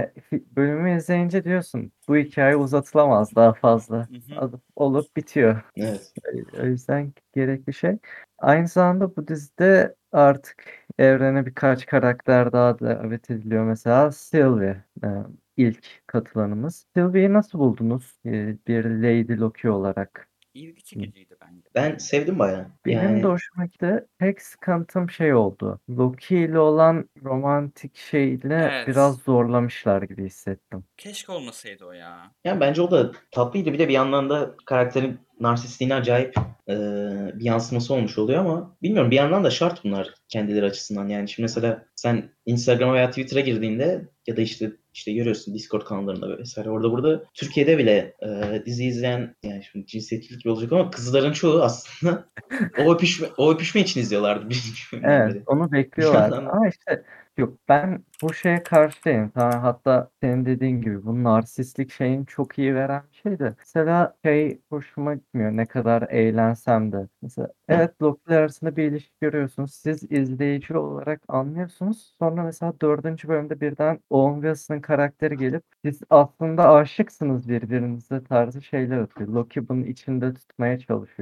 bölümü izleyince diyorsun bu hikaye uzatılamaz daha fazla. Hı hı. Olup bitiyor. Evet. O yüzden gerekli şey. Aynı zamanda bu dizide artık evrene birkaç karakter daha davet ediliyor. Mesela Sylvie ilk katılanımız. Sylvie'yi nasıl buldunuz bir Lady Loki olarak? İlgi çekiciydi bence. Ben sevdim bayağı. Benim de Yani hoşuma gitti. Tek sıkıntım şey oldu. Loki ile olan romantik şeyle biraz Evet. zorlamışlar gibi hissettim. Keşke olmasaydı o ya. bence o da tatlıydı. Bir de bir yandan da karakterin narsistliğine acayip bir yansıması olmuş oluyor ama bilmiyorum bir yandan da şart bunlar kendileri açısından. Yani şimdi mesela sen Instagram'a veya Twitter'a girdiğinde ya da işte görüyorsun Discord kanallarında vesaire orada burada Türkiye'de bile dizi izleyen yani şimdi cinsiyetçilik gibi olacak ama kızların çoğu aslında o öpüşme için izliyorlardı birinci bölümden Evet, beri. onu Bir bekliyorlardı. yandan Ama işte yok ben bu şeye karşıyım. Tamam, hatta senin dediğin gibi bu narsistlik şeyin çok iyi veren bir şey de. Mesela şey hoşuma gitmiyor ne kadar eğlensem de. Mesela evet Loki'ler arasında bir ilişki görüyorsunuz. Siz izleyici olarak anlıyorsunuz. Sonra mesela dördüncü bölümde birden Owen Wilson'ın karakteri gelip siz aslında aşıksınız birbirinize tarzı şeyler atıyor. Loki bunu içinde tutmaya çalışıyor.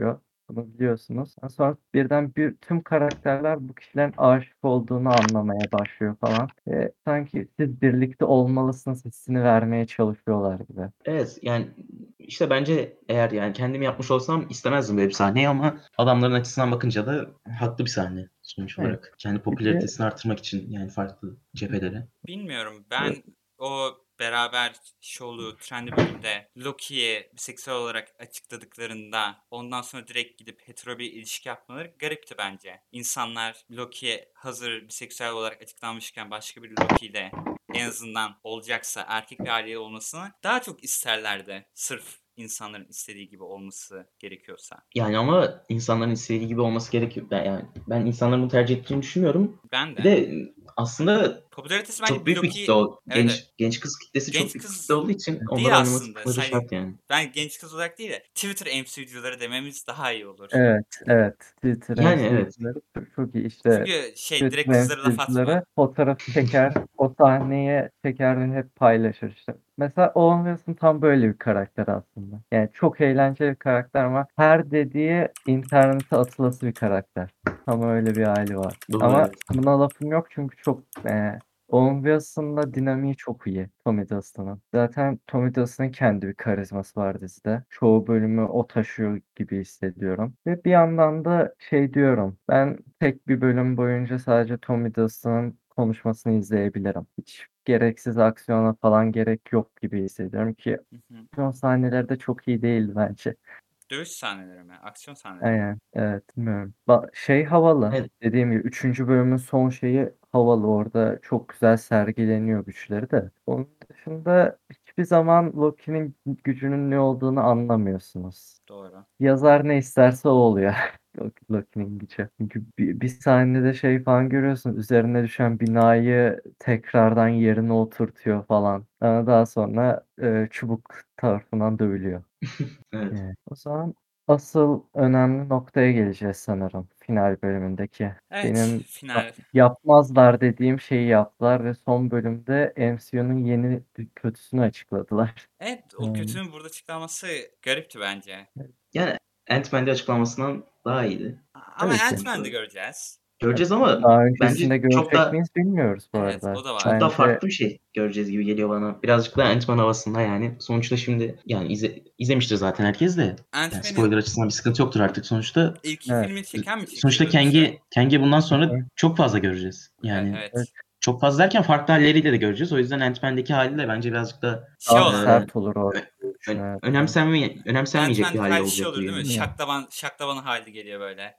Bunu biliyorsunuz. Sonra birden tüm karakterler bu kişilerin aşık olduğunu anlamaya başlıyor falan. Sanki siz birlikte olmalısınız hissini vermeye çalışıyorlar gibi. Evet yani işte bence eğer yani kendim yapmış olsam istemezdim böyle bir sahneyi ama adamların açısından bakınca da haklı bir sahne sonuç Evet. olarak. Kendi Bir de popülaritesini artırmak için yani farklı cephelere. Bilmiyorum. Ben o beraber şovlu trendi bölümde Loki'ye biseksüel olarak açıkladıklarında ondan sonra direkt gidip hetero bir ilişki yapmaları garipti bence. İnsanlar Loki'ye hazır biseksüel olarak açıklanmışken başka bir Loki ile en azından olacaksa erkek bir aileyle olmasını daha çok isterlerdi. Sırf insanların istediği gibi olması gerekiyorsa. Yani ama insanların istediği gibi olması gerekiyor. Ben insanların bunu tercih ettiğini düşünmüyorum. Ben Bir de. de aslında Popülaritesi bence çok bir büyük bir kitle Loki... o. Evet, evet. Genç kız kitlesi çok Genç büyük bir kız kitle olduğu için onları değil aslında. oynaması Sadece şart yani. ben genç kız olarak değil de Twitter MCU'cuları dememiz daha iyi olur. evet. Twitter Yani evet. MCU'cuları çok iyi. İşte Çünkü direkt Twitter kızlara laf atma. MCU'cuları fotoğraf çeker, o sahneyi çeker ve hep paylaşır işte. Mesela Owen Wilson tam böyle bir karakter aslında. Yani çok eğlenceli bir karakter ama her dediği internete atılası bir karakter. Tam öyle bir hali var. Doğru Ama evet. buna lafım yok çünkü çok Owen Wilson'la dinamiği çok iyi Tom Hiddleston'ın. Zaten Tom Hiddleston'ın kendi bir karizması var dizide. Çoğu bölümü o taşıyor gibi hissediyorum. Ve bir yandan da şey diyorum. Ben tek bir bölüm boyunca sadece Tom Hiddleston'ın konuşmasını izleyebilirim. Hiç gereksiz aksiyona falan gerek yok gibi hissediyorum ki Hı hı. aksiyon sahneleri de çok iyi değildi bence. Dövüş sahneleri mi? Aksiyon sahneleri mi? Aynen. Evet, bilmiyorum. Şey havalı. Evet. Dediğim gibi üçüncü bölümün son şeyi havalı. Orada çok güzel sergileniyor güçleri de. Onun dışında hiçbir zaman Loki'nin gücünün ne olduğunu anlamıyorsunuz. Doğru. Yazar ne isterse o oluyor. Loki'nin gücü. Çünkü bir sahnede şey falan görüyorsun. Üzerine düşen binayı tekrardan yerine oturtuyor falan. Ama daha sonra çubuk tarafından dövülüyor. Evet. Evet. O zaman asıl önemli noktaya geleceğiz sanırım final bölümündeki. Evet, Benim final. yapmazlar dediğim şeyi yaptılar ve son bölümde MCU'nun yeni bir kötüsünü açıkladılar. Evet, o Hmm. kötünün burada açıklaması garipti bence. Yani Ant-Man'de açıklamasından daha iyiydi. Ama Tabii ki. Ant-Man'de göreceğiz. Göreceğiz ama Daha bence öncesinde çok görecek da miyiz bilmiyoruz bu Evet, arada. o da var. çok daha Bence farklı bir şey göreceğiz gibi geliyor bana. Birazcık daha Ant-Man havasında yani. Sonuçta şimdi yani izlemiştir zaten herkes de. Yani Ant-Man'in spoiler açısından bir sıkıntı yoktur artık sonuçta. ilk evet. filmini çeken mi Sonuçta çekiyordu dışarı? Kang'i bundan sonra Hı. çok fazla göreceğiz. Evet, Yani evet. çok fazla derken farklı halleriyle de göreceğiz. O yüzden Ant-Man'deki haliyle bence birazcık da Şey Daha olan, sert olur orada diye düşünüyorum. Evet. önemsenmeyecek bir Ant-Man'deki hali hali şey olacak olur gibi değil mi? geliyor. Şaklaban hali geliyor böyle.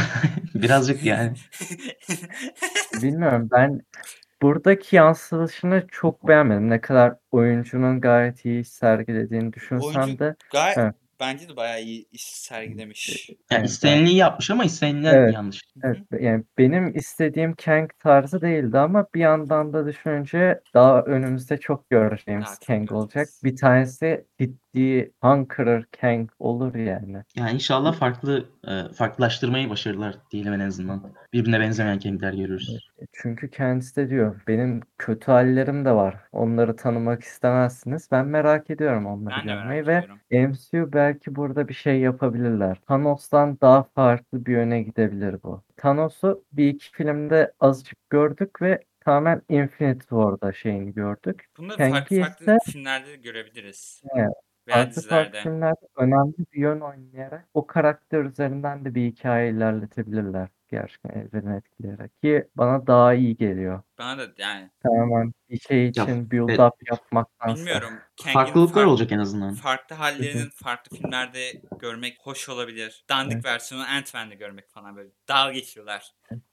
Birazcık yani. Bilmiyorum, ben buradaki yansıtılışını çok beğenmedim. Ne kadar oyuncunun gayet iyi sergilediğini Oyuncu düşünsem de gayet evet, bence de bayağı iyi iş sergilemiş. Yani yani ben istenileni yapmış ama istenilen evet, yanlış. Hı evet, hı. yani benim istediğim Kang tarzı değildi ama bir yandan da düşününce daha önümüzde çok Daha göreceğimiz çok Kang olacak. göreceğiz. Bir tanesi ciddi kan kırır Kang olur yani. Yani inşallah farklılaştırmayı başarırlar diyelim en azından. Birbirine benzemeyen Kang'ler görürüz. Çünkü kendisi de diyor benim kötü hallerim de var. Onları tanımak istemezsiniz. Ben merak ediyorum onları Ben de görmeyi merak ve ediyorum. MCU belki burada bir şey yapabilirler. Thanos'tan daha farklı bir yöne gidebilir bu. Thanos'u bir iki filmde azıcık gördük ve tamamen Infinity War'da şeyini gördük. Bunları farklı Kang'i farklı ise filmlerde de görebiliriz. evet, Veya farklı farklı dizilerde. filmlerde önemli bir yön oynayarak o karakter üzerinden de bir hikaye ilerletebilirler. Gerçekten evreni etkileyerek ki bana daha iyi geliyor. Bana da yani Tamamen bir şey Ya için build evet, up yapmaktansa. bilmiyorum. Kang'in farklılıklar olacak en azından. farklı Hı hı. hallerinin farklı filmlerde görmek hoş olabilir. Dandik Evet. versiyonu Ant-Man'de görmek falan böyle. Dalga geçiyorlar.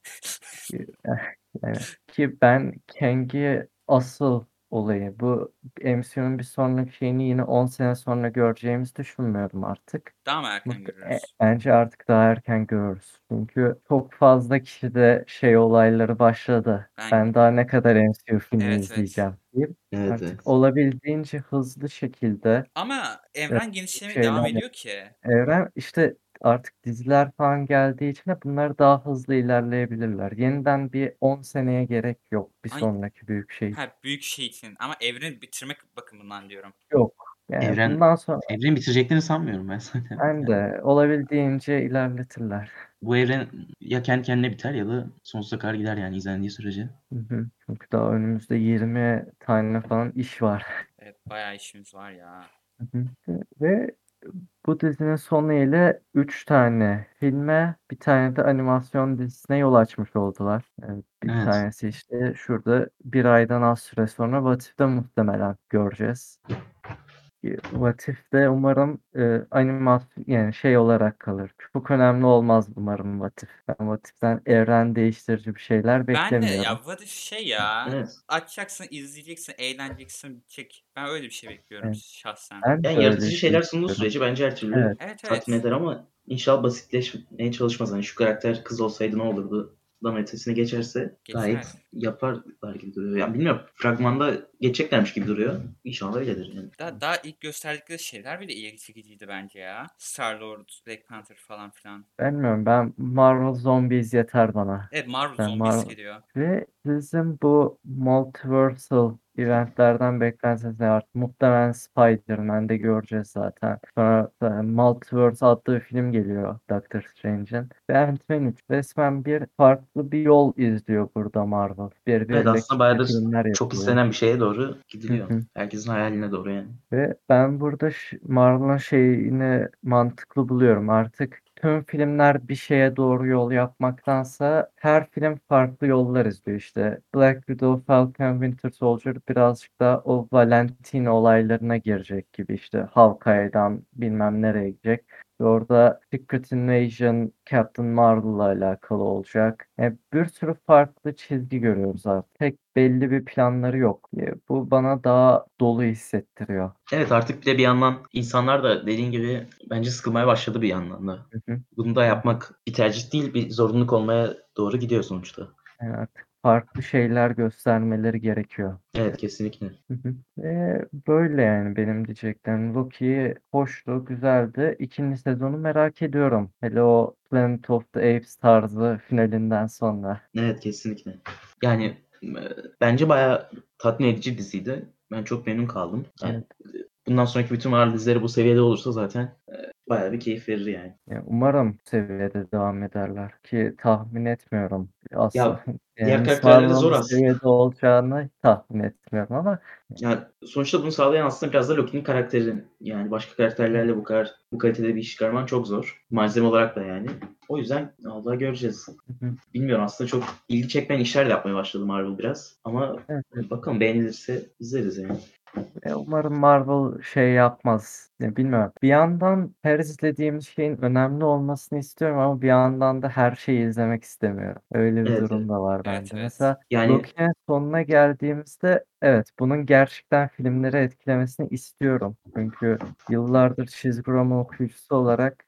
Yani ki ben Kang'i asıl olayı bu MCU'nun bir sonraki şeyini yine 10 sene sonra göreceğimizi düşünmüyorum artık. Daha mı erken görürüz? Bence artık daha erken görürüz. Çünkü çok fazla kişi de şey olayları başladı. Ben Ben daha ne kadar MCU filmi evet, evet. izleyeceğim deyip Evet artık evet. olabildiğince hızlı şekilde Ama e, evren genişlemeye devam şeyler ediyor ki. evren işte artık diziler falan geldiği için de bunları daha hızlı ilerleyebilirler. Yeniden bir 10 seneye gerek yok bir Ay, sonraki büyük şey için. büyük şey için. Ama evreni bitirmek bakımından diyorum. Yok. Yani Evren bundan sonra Evren bitireceklerini sanmıyorum ben zaten. ben de olabildiğince ilerletirler. Bu evren ya kendi kendine biter ya da sonsuza kadar gider yani izlendiği sürece. Çünkü daha önümüzde 20 tane falan iş var. Evet, bayağı işimiz var ya. Ve bu dizinin sonu ile 3 tane filme, bir tane de animasyon dizisine yol açmış oldular. Bir Evet. tanesi işte şurada bir aydan az süre sonra What If'te muhtemelen göreceğiz. What If'te umarım animasyon yani şey olarak kalır. Çok önemli olmaz umarım What If. Ben What If'ten evren değiştirici bir şeyler Ben de ya beklemiyorum. What If şey ya. Evet. Açacaksın, izleyeceksin, eğleneceksin, bitecek. Ben öyle bir şey bekliyorum Evet. şahsen. Ben de Yani öyle bir yaratıcı şey şeyler sunduğu istiyorum. sürece bence her türlü Evet. Evet, tatmin evet. eder ama inşallah basitleşmeye çalışmaz. Hani şu karakter kız olsaydı ne olurdu? Dan ötesine geçerse Geçer. gayet yaparlar gibi duruyor. Yani bilmiyorum. Fragmanda geçeceklermiş gibi duruyor. İnşallah öyledir yani. Daha ilk gösterdikleri şeyler bile ilgi çekiciydi bence ya. Star-Lord, Black Panther falan filan. Bilmiyorum, ben Marvel Zombies yeter bana. Evet, Marvel Ben Zombies Marvel geliyor. ve bizim bu multiversal eventlerden beklentiniz ne var? Muhtemelen Spider-Man'de göreceğiz zaten. Sonra Multiverse adlı bir film geliyor Doctor Strange'in. Ve Ant-Man 3 resmen bir farklı bir yol izliyor burada Marvel. Evet Birbiriyle aslında bayağıdır filmler çok yapıyor. istenen bir şeye doğru Hı gidiliyor. hı. Herkesin hayaline doğru yani. Ve ben burada Marvel'ın şeyini mantıklı buluyorum. Artık tüm filmler bir şeye doğru yol yapmaktansa her film farklı yollar izliyor. İşte Black Widow, Falcon, Winter Soldier birazcık da o Valentine olaylarına girecek gibi. İşte Hawkeye'dan bilmem nereye gidecek. Ve orada Secret Invasion, Captain Marvel'la alakalı olacak. Bir sürü farklı çizgi görüyoruz artık. Tek belli bir planları yok. Bu bana daha dolu hissettiriyor. Evet artık bir de bir yandan insanlar da dediğin gibi bence sıkılmaya başladı bir yandan da. Hı hı. Bunu da yapmak bir tercih değil bir zorunluluk olmaya doğru gidiyor sonuçta. Yani artık farklı şeyler göstermeleri gerekiyor. Evet kesinlikle. Hı hı. Ve böyle yani benim diyeceklerim. Loki hoştu, güzeldi. İkinci sezonu merak ediyorum. Hele o Planet of the Apes tarzı finalinden sonra. Evet kesinlikle. Yani bence bayağı tatmin edici diziydi. Ben çok memnun kaldım. Yani, Evet. bundan sonraki bütün Marvel dizileri bu seviyede olursa zaten bayağı bir keyif verir yani. Yani umarım bu seviyede devam ederler ki tahmin etmiyorum. Aslında Ya yani diğer Miss karakterlerle de Marvel'ın zor bu aslında. seviyede olacağını tahmin etmiyorum ama Yani sonuçta bunu sağlayan aslında biraz da Loki'nin karakteri. Yani başka karakterlerle bu kalitede bir iş çıkarman çok zor. Malzeme olarak da yani. O yüzden Allah göreceğiz. hı hı. Bilmiyorum aslında çok ilgi çekmeyen işler de yapmaya başladı Marvel biraz. Ama Evet. bakalım beğenilirse izleriz yani. Umarım Marvel şey yapmaz. Ya bilmiyorum. Bir yandan her izlediğimiz şeyin önemli olmasını istiyorum ama bir yandan da her şeyi izlemek istemiyorum. Öyle bir Evet, durum evet. da var Evet, bende. evet. Mesela Yani Loki'nin sonuna geldiğimizde evet bunun gerçekten filmleri etkilemesini istiyorum. Çünkü yıllardır çizgi roman okuyucusu olarak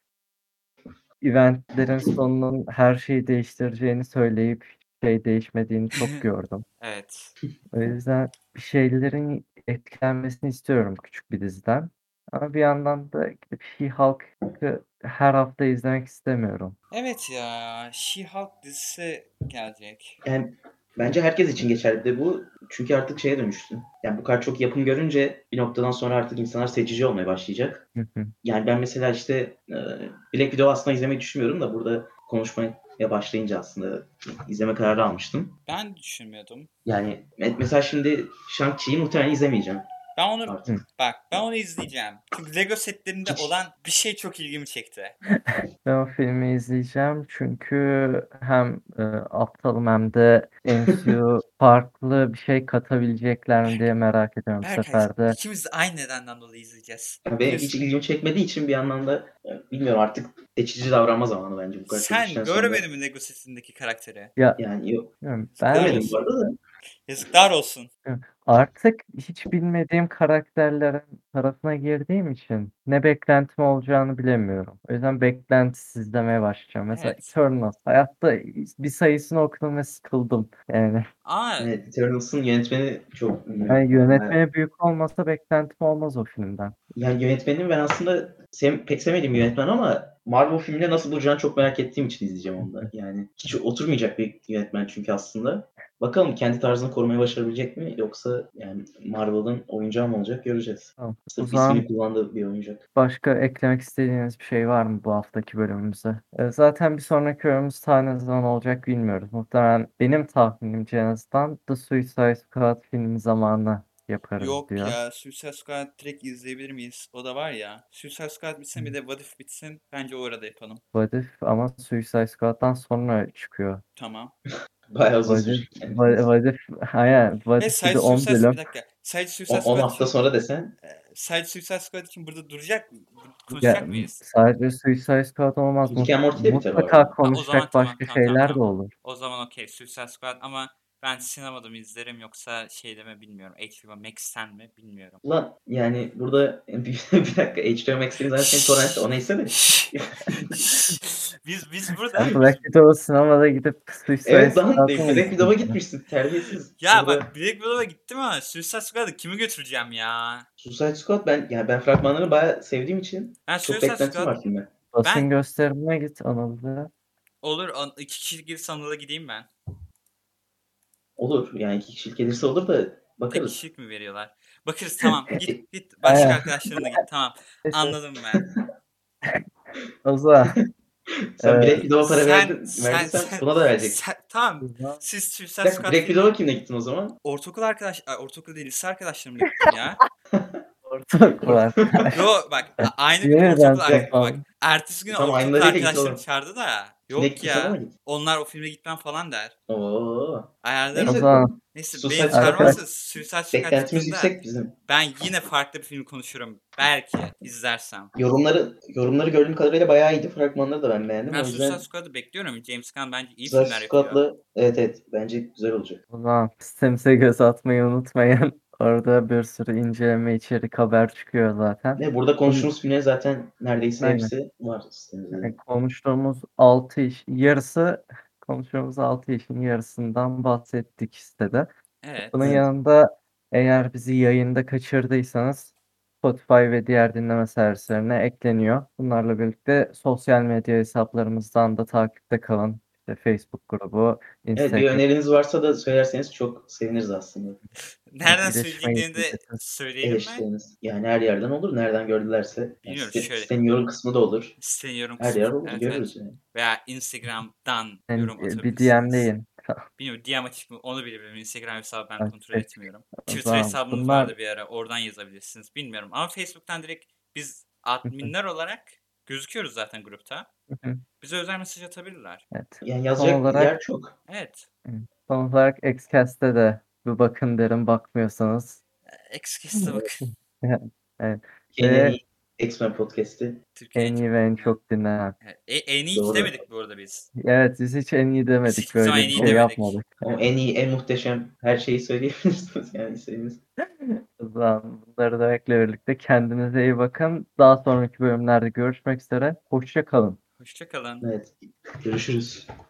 eventlerin sonunun her şeyi değiştireceğini söyleyip hiçbir şey değişmediğini çok gördüm. Evet. O yüzden bir şeylerin etkilenmesini istiyorum küçük bir diziden. Ama bir yandan da gidip She-Hulk'ı her hafta izlemek istemiyorum. Evet ya. She-Hulk dizisi gelecek. Yani bence herkes için geçerli de bu. Çünkü artık şeye dönüştü. Yani bu kadar çok yapım görünce bir noktadan sonra artık insanlar seçici olmaya başlayacak. Hı hı. Yani ben mesela işte Black Widow aslında izlemeyi düşünmüyorum da burada konuşmaya başlayınca aslında izleme kararı almıştım. Ben düşünmüyordum. Yani mesela şimdi Shang-Chi'yi muhtemelen izlemeyeceğim Ben onu artık. ben onu izleyeceğim. Çünkü Lego setlerinde Hiç olan bir şey çok ilgimi çekti. Ben o filmi izleyeceğim çünkü hem aptalım hem de MCU farklı bir şey katabilecekler mi diye merak ediyorum bu Berkaycığım, sefer de. ikimiz de aynı nedenden dolayı izleyeceğiz. yani benim hiç Biliyorsun. ilgimi çekmediği için bir yandan da bilmiyorum artık seçici davranma zamanı bence bu kadar çok Sen işten sonra. görmedin mi Lego setindeki karakteri? Ya Yani yok. bilmiyorum, Yazıklar ben Görmedim bu olsun. arada da. Yazıklar olsun. artık hiç bilmediğim karakterlerin tarafına girdiğim için ne beklentim olacağını bilemiyorum. O yüzden beklentisiz izlemeye başlayacağım. Mesela Evet. Eternals. Hayatta bir sayısını okudum ve sıkıldım. Yani, Aa, Evet, Eternals'ın yönetmeni çok ünlü. yani yönetmeni büyük olmasa beklentim olmaz o filmden. Yani yönetmenin ben aslında pek sevmediğim bir yönetmen ama Marvel filmine nasıl bulacağını çok merak ettiğim için izleyeceğim onu da. Yani hiç oturmayacak bir yönetmen çünkü aslında. Bakalım kendi tarzını korumaya başarabilecek mi yoksa yani Marvel'ın oyuncağı mı olacak göreceğiz. Tamam. O Sırf zaman ismini kullandığı bir oyuncak. başka eklemek istediğiniz bir şey var mı bu haftaki bölümümüze? Zaten bir sonraki bölümümüz ta ne zaman olacak bilmiyoruz. Muhtemelen benim tahminimce en azından The Suicide Squad filmi zamanı yaparız Yok diyor. ya, Suicide Squad direkt izleyebilir miyiz? O da var ya. Suicide Squad bitsin, bir de What If bitsin. Bence o arada yapalım. What If ama Suicide Squad'dan sonra çıkıyor. Tamam. Bayağı uzun What If, sürecek yani. What If, aynen, What Ve If bir sadece de 10 Suicide bölüm. bir dakika. Sadece Suicide 10 Squad hafta için sonra desen sadece Suicide Squad için burada duracak mı? Ya, Konuşacak mıyız? sadece Suicide Squad olmaz. Rick and Morty de biter bu Mutlaka arada. Ha, o zaman konuşacak tamam başka tamam tamam şeyler de tamam. olur. O zaman okey, Suicide Squad, ama ben sinemada mı izlerim yoksa şeyde mi bilmiyorum. HBO Max'ten mi bilmiyorum. Ulan yani burada bir dakika HBO Max'in zaten senin torrentte o neyse de. biz burada Sen Black Widow'u sinemada gidip Suicide Evet lan Squad'ı mı Black Widow'a izledin? gitmişsin terbiyesiz. ya Burada bak, Black Widow'a gittim ama Suicide Squad'ı kimi götüreceğim ya? Suicide Squad ben fragmanlarını bayağı sevdiğim için Ben çok Suicide beklentim Squad var filme. Basın ben gösterimine git Anadolu'da. olur 2 kişilik bir sanala gideyim ben. Olur yani 2 kişilik gelirse olur da Tek bakarız. kişilik mi veriyorlar? Bakarız, tamam, git başka Aynen. arkadaşlarına git, tamam, Neyse, anladım ben. o zaman Sen Black Widow'a para Sen verdiysen buna da vereceksin. tamam, o zaman siz Bir Suicide dakika Squad Black filmi Widow'a kimle gittin o zaman? ortaokul değil, lise arkadaşlarımla gittim ya. ortak var. Yo bak, aynı gün Yeniden bak toplam. ertesi gün Tam ortaokul aynılarıyla git arkadaşlarım oğlum. çağırdı da Kimle yok gittiysen ama ya, git. onlar o filme gitmem falan der. Oo. Ayarlarım. O Neyse zaman Neyse, beni Suicide arkadaş çağırmazsa Suicide Squad beklentimiz çıktığında yüksek bizim. ben yine farklı bir film konuşurum. Belki izlersem. Yorumları gördüğüm kadarıyla bayağı iyiydi. Fragmanları da ben beğendim. Ben O Suicide yüzden Squad'ı bekliyorum. James Gunn bence iyi Suicide filmler yapıyor. Squad'la evet bence güzel olacak. o zaman sitemize göz atmayı unutmayın. Orada bir sürü inceleme içerik haber çıkıyor zaten. Ne burada konuştuğumuz filmler zaten neredeyse Aynen. hepsi var sitemizde. Yani konuştuğumuz 6 iş yarısı konuştuğumuz 6 işin yarısından bahsettik sitede. Bunun Evet. Evet. yanında eğer bizi yayında kaçırdıysanız Spotify ve diğer dinleme servislerine ekleniyor. Bunlarla birlikte sosyal medya hesaplarımızdan da takipte kalın. İşte Facebook grubu, Evet bir Instagram, öneriniz varsa da söylerseniz çok seviniriz aslında. Nereden iletişime söyleyeceklerini de geçebilirsiniz. söyleyelim mi? Eleştiriniz. Yani her yerden olur. Nereden gördülerse. Yani Bilmiyorum, şöyle. sitenin yorum kısmı da olur. Sitenin yorum Her yer kısmı. olur. Evet Görürüz evet. yani. Veya Instagram'dan Yani yorum bir atabilirsiniz. DM'leyin. Bilmiyorum, DM açık mı onu bile bilmiyorum. Instagram hesabı ben kontrol Evet. etmiyorum. O Twitter zaman hesabımız bunlar vardı bir ara. Oradan yazabilirsiniz. Bilmiyorum. Ama Facebook'tan direkt biz adminler olarak gözüküyoruz zaten grupta. Bize özel mesaj atabilirler. evet. Yani Son yazacak olarak yer çok. Evet. son olarak Xcast'te de bir bakın derim bakmıyorsanız. X-Cast'a bakın. Evet. En Ve iyi X-Men podcast'i. Türkiye'nin en en çok iyi ve en dinlenen. çok dinlenen. Evet. En iyi Doğru. demedik bu arada biz. Evet biz hiç en iyi Biz demedik. hiçbir zaman Böyle en bir iyi şey demedik. yapmadık. Ama en iyi, en muhteşem her şeyi söyleyebilirsiniz yani istediğiniz. O zaman bunları demekle birlikte kendinize iyi bakın. Daha sonraki bölümlerde görüşmek üzere. Hoşça kalın. Hoşça kalın. Evet. Görüşürüz.